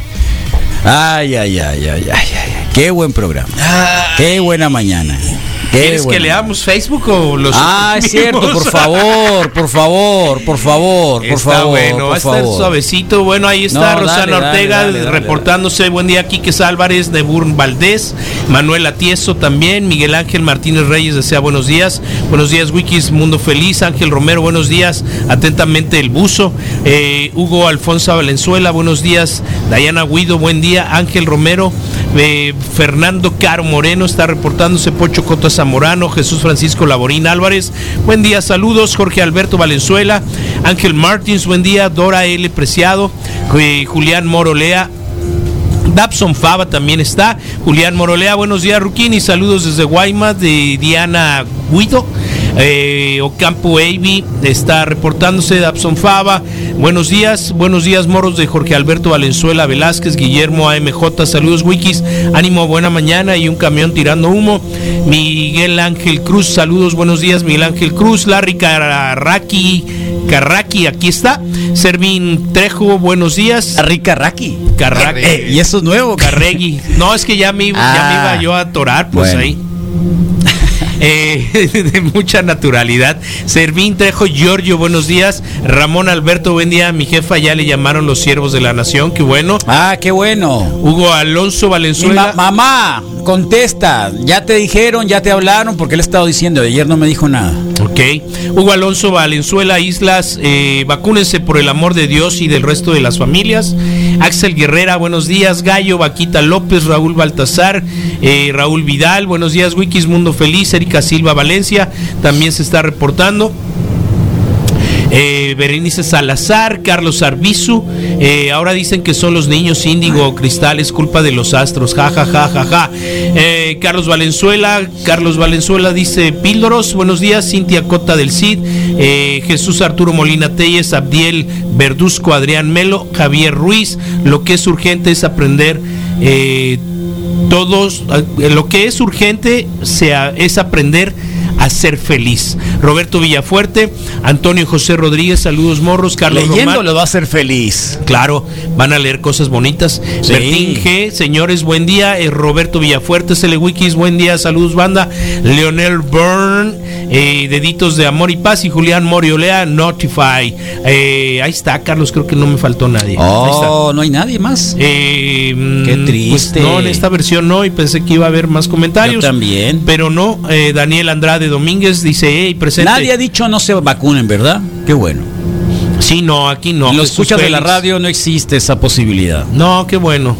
Ay, ay, ay, ay, ay, ay. Qué buen programa. Ay. Qué buena mañana. Qué ¿Quieres buena. que leamos Facebook o los Ah, es cierto, por favor, por favor, por favor, por está favor. bueno, por va a estar favor. suavecito. Bueno, ahí está No, Rosana dale, dale, Ortega dale, dale, reportándose. Dale. Buen día, Quiques Álvarez de Burn Valdés, Manuel Atieso también, Miguel Ángel Martínez Reyes desea buenos días. Buenos días, Wikis Mundo Feliz. Ángel Romero, buenos días. Atentamente el buzo. Eh, Hugo Alfonso Valenzuela, buenos días. Dayana Guido, buen día. Ángel Romero, eh, Fernando Caro Moreno está reportándose. Pocho Cota Zamorano, Jesús Francisco Laborín Álvarez, buen día, saludos. Jorge Alberto Valenzuela, Ángel Martins, buen día. Dora L. Preciado, eh, Julián Morolea, Dabson Fava también está. Julián Morolea, buenos días, Ruquini, saludos desde Guaymas, de Diana Guido. Eh, Ocampo Avi está reportándose. Dabson Fava, buenos días, buenos días, morros de Jorge Alberto Valenzuela Velázquez, Guillermo A M J, saludos Wikis, ánimo, buena mañana y un camión tirando humo. Miguel Ángel Cruz, saludos, buenos días, Miguel Ángel Cruz. Larry Carraqui, Carraqui, aquí está. Servín Trejo, buenos días. Larry Carraqui. Carraqui. Eh, y eso es nuevo. Carregui. No, es que ya me, ah, ya me iba yo a atorar, pues bueno. Ahí. eh, de mucha naturalidad. Servín Trejo Giorgio, buenos días. Ramón Alberto, buen día. Mi jefa ya le llamaron los siervos de la nación, qué bueno. Ah, qué bueno. Hugo Alonso Valenzuela. Ma- mamá, contesta. Ya te dijeron, ya te hablaron, porque le he estado diciendo. Ayer no me dijo nada. Ok. Hugo Alonso Valenzuela, Islas, eh, vacúnense por el amor de Dios y del resto de las familias. Axel Guerrera, buenos días. Gallo, Vaquita López, Raúl Baltasar, eh, Raúl Vidal, buenos días. Wikis Mundo Feliz, Erika Silva Valencia, también se está reportando. Eh, Berenice Salazar, Carlos Arbizu, eh, ahora dicen que son los niños índigo o cristal, es culpa de los astros, ja ja ja ja ja. Eh, Carlos Valenzuela, Carlos Valenzuela dice Píldoros, buenos días. Cintia Cota del Cid, eh, Jesús Arturo Molina Telles, Abdiel Verduzco, Adrián Melo, Javier Ruiz, lo que es urgente es aprender eh, todos, eh, lo que es urgente sea, es aprender a ser feliz. Roberto Villafuerte, Antonio José Rodríguez, saludos morros. Carlos Leyendo Román, lo va a hacer feliz. Claro, van a leer cosas bonitas. Sí. Bertín G, señores, buen día. Eh, Roberto Villafuerte, Celewikis, buen día, saludos banda. Leonel Byrne, eh, Deditos de Amor y Paz, y Julián Moriolea, Notify. Eh, ahí está, Carlos, creo que no me faltó nadie. Oh, no hay nadie más. Eh, Qué pues triste. no, en esta versión no, y pensé que iba a haber más comentarios. Yo también. Pero no, eh, Daniel Andrade Domínguez dice, hey, presente. Nadie ha dicho no se vacunen, ¿verdad? Qué bueno. Sí, no, aquí no. En los Jesús escuchas de la Félix. radio no existe esa posibilidad. No, qué bueno.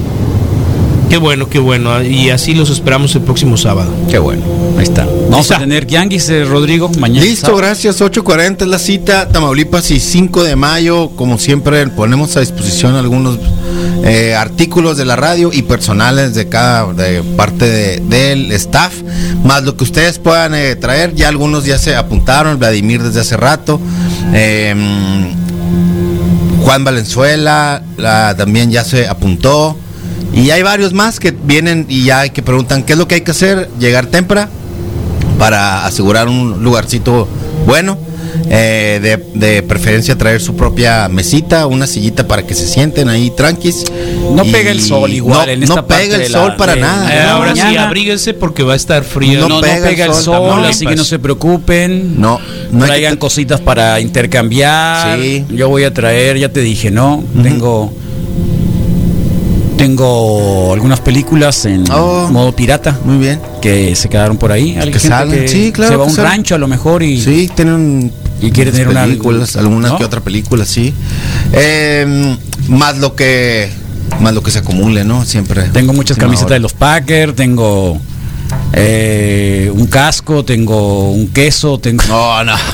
Qué bueno, qué bueno. Y así los esperamos el próximo sábado. Qué bueno. Ahí está. Vamos Está. a tener Yanguis, eh, Rodrigo, mañana. Listo, sábado. gracias. ocho cuarenta es la cita. Tamaulipas y cinco de mayo. Como siempre, ponemos a disposición algunos eh, artículos de la radio y personales de cada de parte de, del staff, más lo que ustedes puedan eh, traer. Ya algunos ya se apuntaron. Vladimir desde hace rato. Eh, Juan Valenzuela la, también ya se apuntó. Y hay varios más que vienen y ya que preguntan qué es lo que hay que hacer, llegar temprano para asegurar un lugarcito bueno, eh, de, de preferencia traer su propia mesita, una sillita para que se sienten ahí tranquis. No Y pega el sol igual no, en esta no parte pega el de la- sol para de- nada. de Eh, la ahora sí, mañana. abríguense porque va a estar frío. No, no, pega pega el el sol, sol, Tamaulipas. así que no se preocupen. No, no hay Traigan que- cositas para intercambiar. Sí. Yo voy a traer, ya te dije, ¿no? Ujú. Tengo tengo algunas películas en Oh. modo pirata Muy bien. que se quedaron por ahí. Hay Que gente salgan. que Sí, claro se va a que un salgan. rancho a lo mejor y, Sí, tienen y quiere tener una películas, alguna ¿no? que otra película, sí. Eh, más lo que más lo que se acumule, ¿no? Siempre. Tengo muchas última camisetas hora. de los Packers, tengo eh, un casco, tengo un queso, tengo. No, no.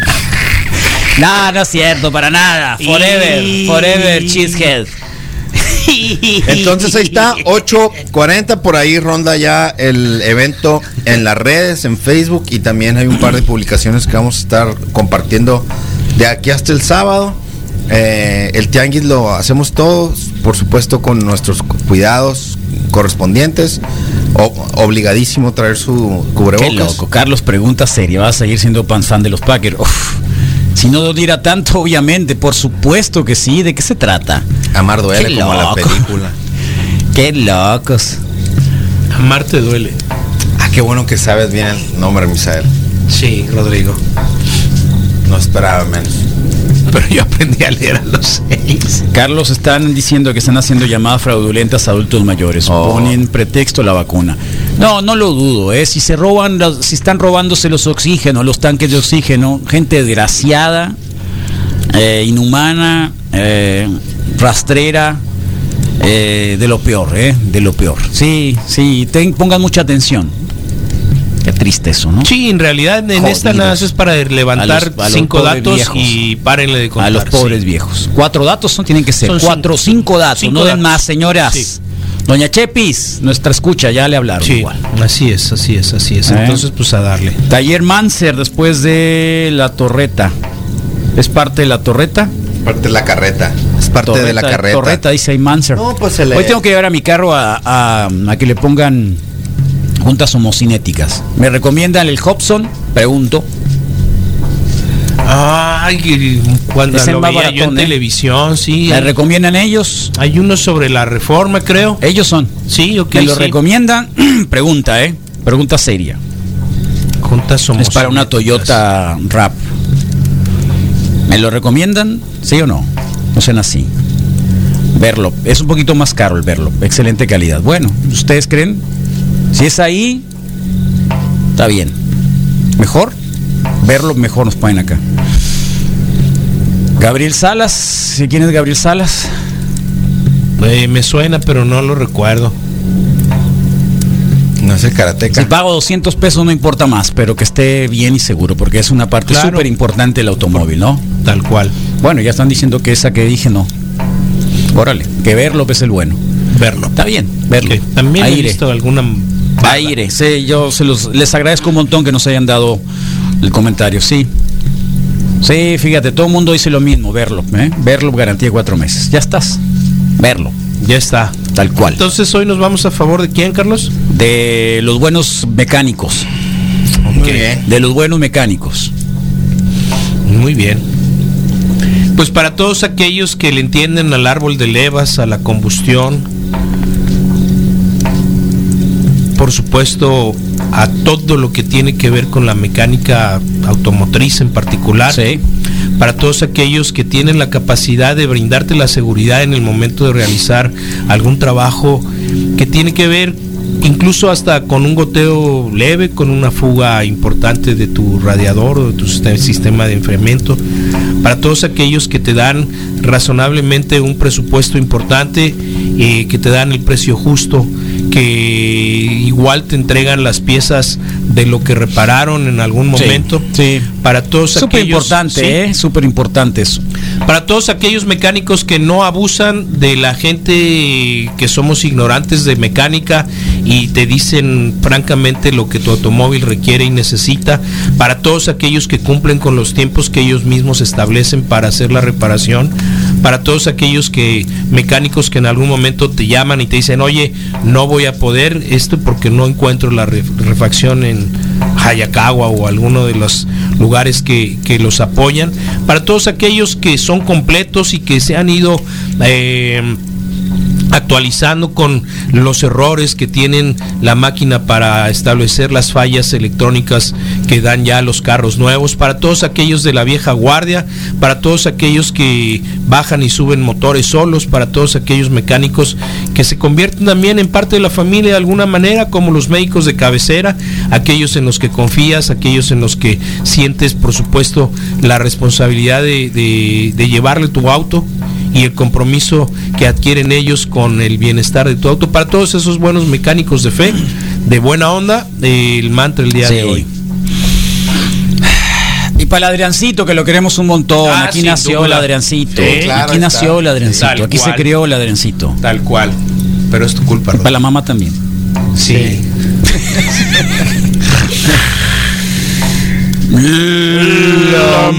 No, no es cierto, para nada. Forever, forever, cheesehead. Entonces ahí está, ocho cuarenta, por ahí ronda ya el evento en las redes, en Facebook, y también hay un par de publicaciones que vamos a estar compartiendo de aquí hasta el sábado. Eh, el tianguis lo hacemos todos, por supuesto, con nuestros cu- cuidados correspondientes. O- obligadísimo traer su cubrebocas. Qué loco. Carlos pregunta seria, ¿vas a seguir siendo pan fan de los Packers? Uf. Si no doliera tanto, obviamente, por supuesto que sí. ¿De qué se trata? Amar duele, Qué como la loco. película. Qué locos. Amar te duele. Ah, qué bueno que sabes bien el nombre, Misael. Sí, Rodrigo. No esperaba menos. Pero yo aprendí a leer a los seis. Carlos, están diciendo que están haciendo llamadas fraudulentas a adultos mayores. Oh. Ponen pretexto la vacuna. No, no lo dudo, ¿eh? Si se roban, las- si están robándose los oxígenos, los tanques de oxígeno, gente desgraciada, eh, inhumana, eh, rastrera, eh, de lo peor, ¿eh? De lo peor. Sí, sí, ten- pongan mucha atención. Qué triste eso, ¿no? Sí, en realidad en Jodidos. esta nada más es para levantar A los- a los cinco pobres datos viejos. y párenle de contar. A los pobres sí. viejos. Cuatro datos son, tienen que ser. Son Cuatro, cinco. cinco datos. Cinco no den datos. más, señoras. Sí. Doña Chepis, nuestra escucha, ya le hablaron Sí, igual. así es, así es, así es. ¿Eh? Entonces, pues a darle. Taller Manser después de la torreta. ¿Es parte de la torreta? Parte de la carreta. Es parte de la Torreta, carreta. Torreta, dice ahí Manser. No, pues se le- Hoy tengo que llevar a mi carro a, a- a que le pongan juntas homocinéticas. ¿Me recomiendan el Hobson? Pregunto. Ay, cuando Es el lo más veía yo en baratón, ¿eh? televisión, sí. ¿Me recomiendan ellos? Hay uno sobre la reforma, creo. Ellos son. Sí, ok. ¿Me lo sí. recomiendan? Pregunta, ¿eh? Pregunta seria. Juntas somos. Es para una Toyota Rap. ¿Me lo recomiendan? ¿Sí o no? No sean así. Verlo. Es un poquito más caro el verlo. Excelente calidad. Bueno, ¿ustedes creen? Si es ahí, está bien. Mejor. Verlo mejor nos ponen acá. Gabriel Salas. ¿Quién es Gabriel Salas? Eh, me suena, pero no lo recuerdo. No es el karateca. Si pago doscientos pesos no importa más, pero que esté bien y seguro, porque es una parte súper Claro. importante del automóvil, ¿no? Tal cual. Bueno, ya están diciendo que esa que dije no. Órale, que verlo es el bueno. Verlo. Está bien, verlo. Ok, también he Aire. visto alguna. Aire, sí, yo se los, les agradezco un montón que nos hayan dado el comentario, sí. Sí, fíjate, todo el mundo dice lo mismo, verlo, ¿eh? Verlo, garantía de cuatro meses. Ya estás, verlo. Ya está. Tal cual. Entonces hoy nos vamos a favor de quién, Carlos? De los buenos mecánicos. Muy bien. De los buenos mecánicos. Muy bien. Pues para todos aquellos que le entienden al árbol de levas, a la combustión, por supuesto a todo lo que tiene que ver con la mecánica automotriz en particular, sí. Para todos aquellos que tienen la capacidad de brindarte la seguridad en el momento de realizar algún trabajo que tiene que ver incluso hasta con un goteo leve, con una fuga importante de tu radiador o de tu sistema de enfriamiento, para todos aquellos que te dan razonablemente un presupuesto importante, eh, que te dan el precio justo, que igual te entregan las piezas de lo que repararon en algún momento. Sí, sí. Para todos Súper aquellos, importante, sí. ¿eh? Súper importante eso. Para todos aquellos mecánicos que no abusan de la gente que somos ignorantes de mecánica y te dicen francamente lo que tu automóvil requiere y necesita. Para todos aquellos que cumplen con los tiempos que ellos mismos establecen para hacer la reparación. Para todos aquellos que mecánicos que en algún momento te llaman y te dicen, oye, no voy a poder esto porque no encuentro la refacción en Hayakawa o alguno de los lugares que, que los apoyan. Para todos aquellos que son completos y que se han ido eh, actualizando con los errores que tienen la máquina para establecer las fallas electrónicas que dan ya los carros nuevos, para todos aquellos de la vieja guardia, para todos aquellos que bajan y suben motores solos, para todos aquellos mecánicos que se convierten también en parte de la familia de alguna manera, como los médicos de cabecera, aquellos en los que confías, aquellos en los que sientes por supuesto la responsabilidad de, de, de llevarle tu auto y el compromiso que adquieren ellos con el bienestar de tu auto. Para todos esos buenos mecánicos de fe, de buena onda, el mantra el día Sí. de hoy. Y para el Adriancito, que lo queremos un montón. Ah, Aquí sin nació duda. el Adriancito. Sí, claro, Aquí nació está. el Adriancito. Tal Aquí cual. se crió el Adriancito. Tal cual. Pero es tu culpa, Y ¿no? para la mamá también. Sí. La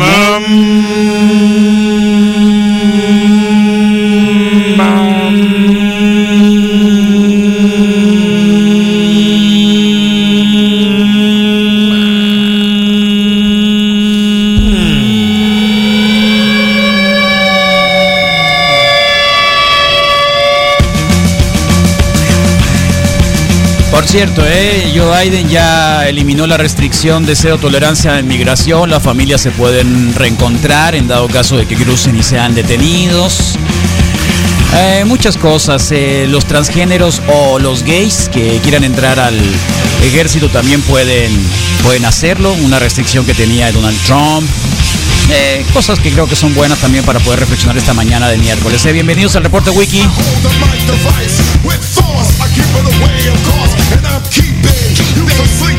Por cierto, eh, Joe Biden ya eliminó la restricción de cero tolerancia en migración. Las familias se pueden reencontrar en dado caso de que crucen y sean detenidos. Eh, muchas cosas. Eh, los transgéneros o los gays que quieran entrar al ejército también pueden, pueden hacerlo. Una restricción que tenía Donald Trump. Eh, cosas que creo que son buenas también para poder reflexionar esta mañana de miércoles. Eh, bienvenidos al Reporte Wiki. With force, I keep it away, of course, and I'm keeping you from sleep.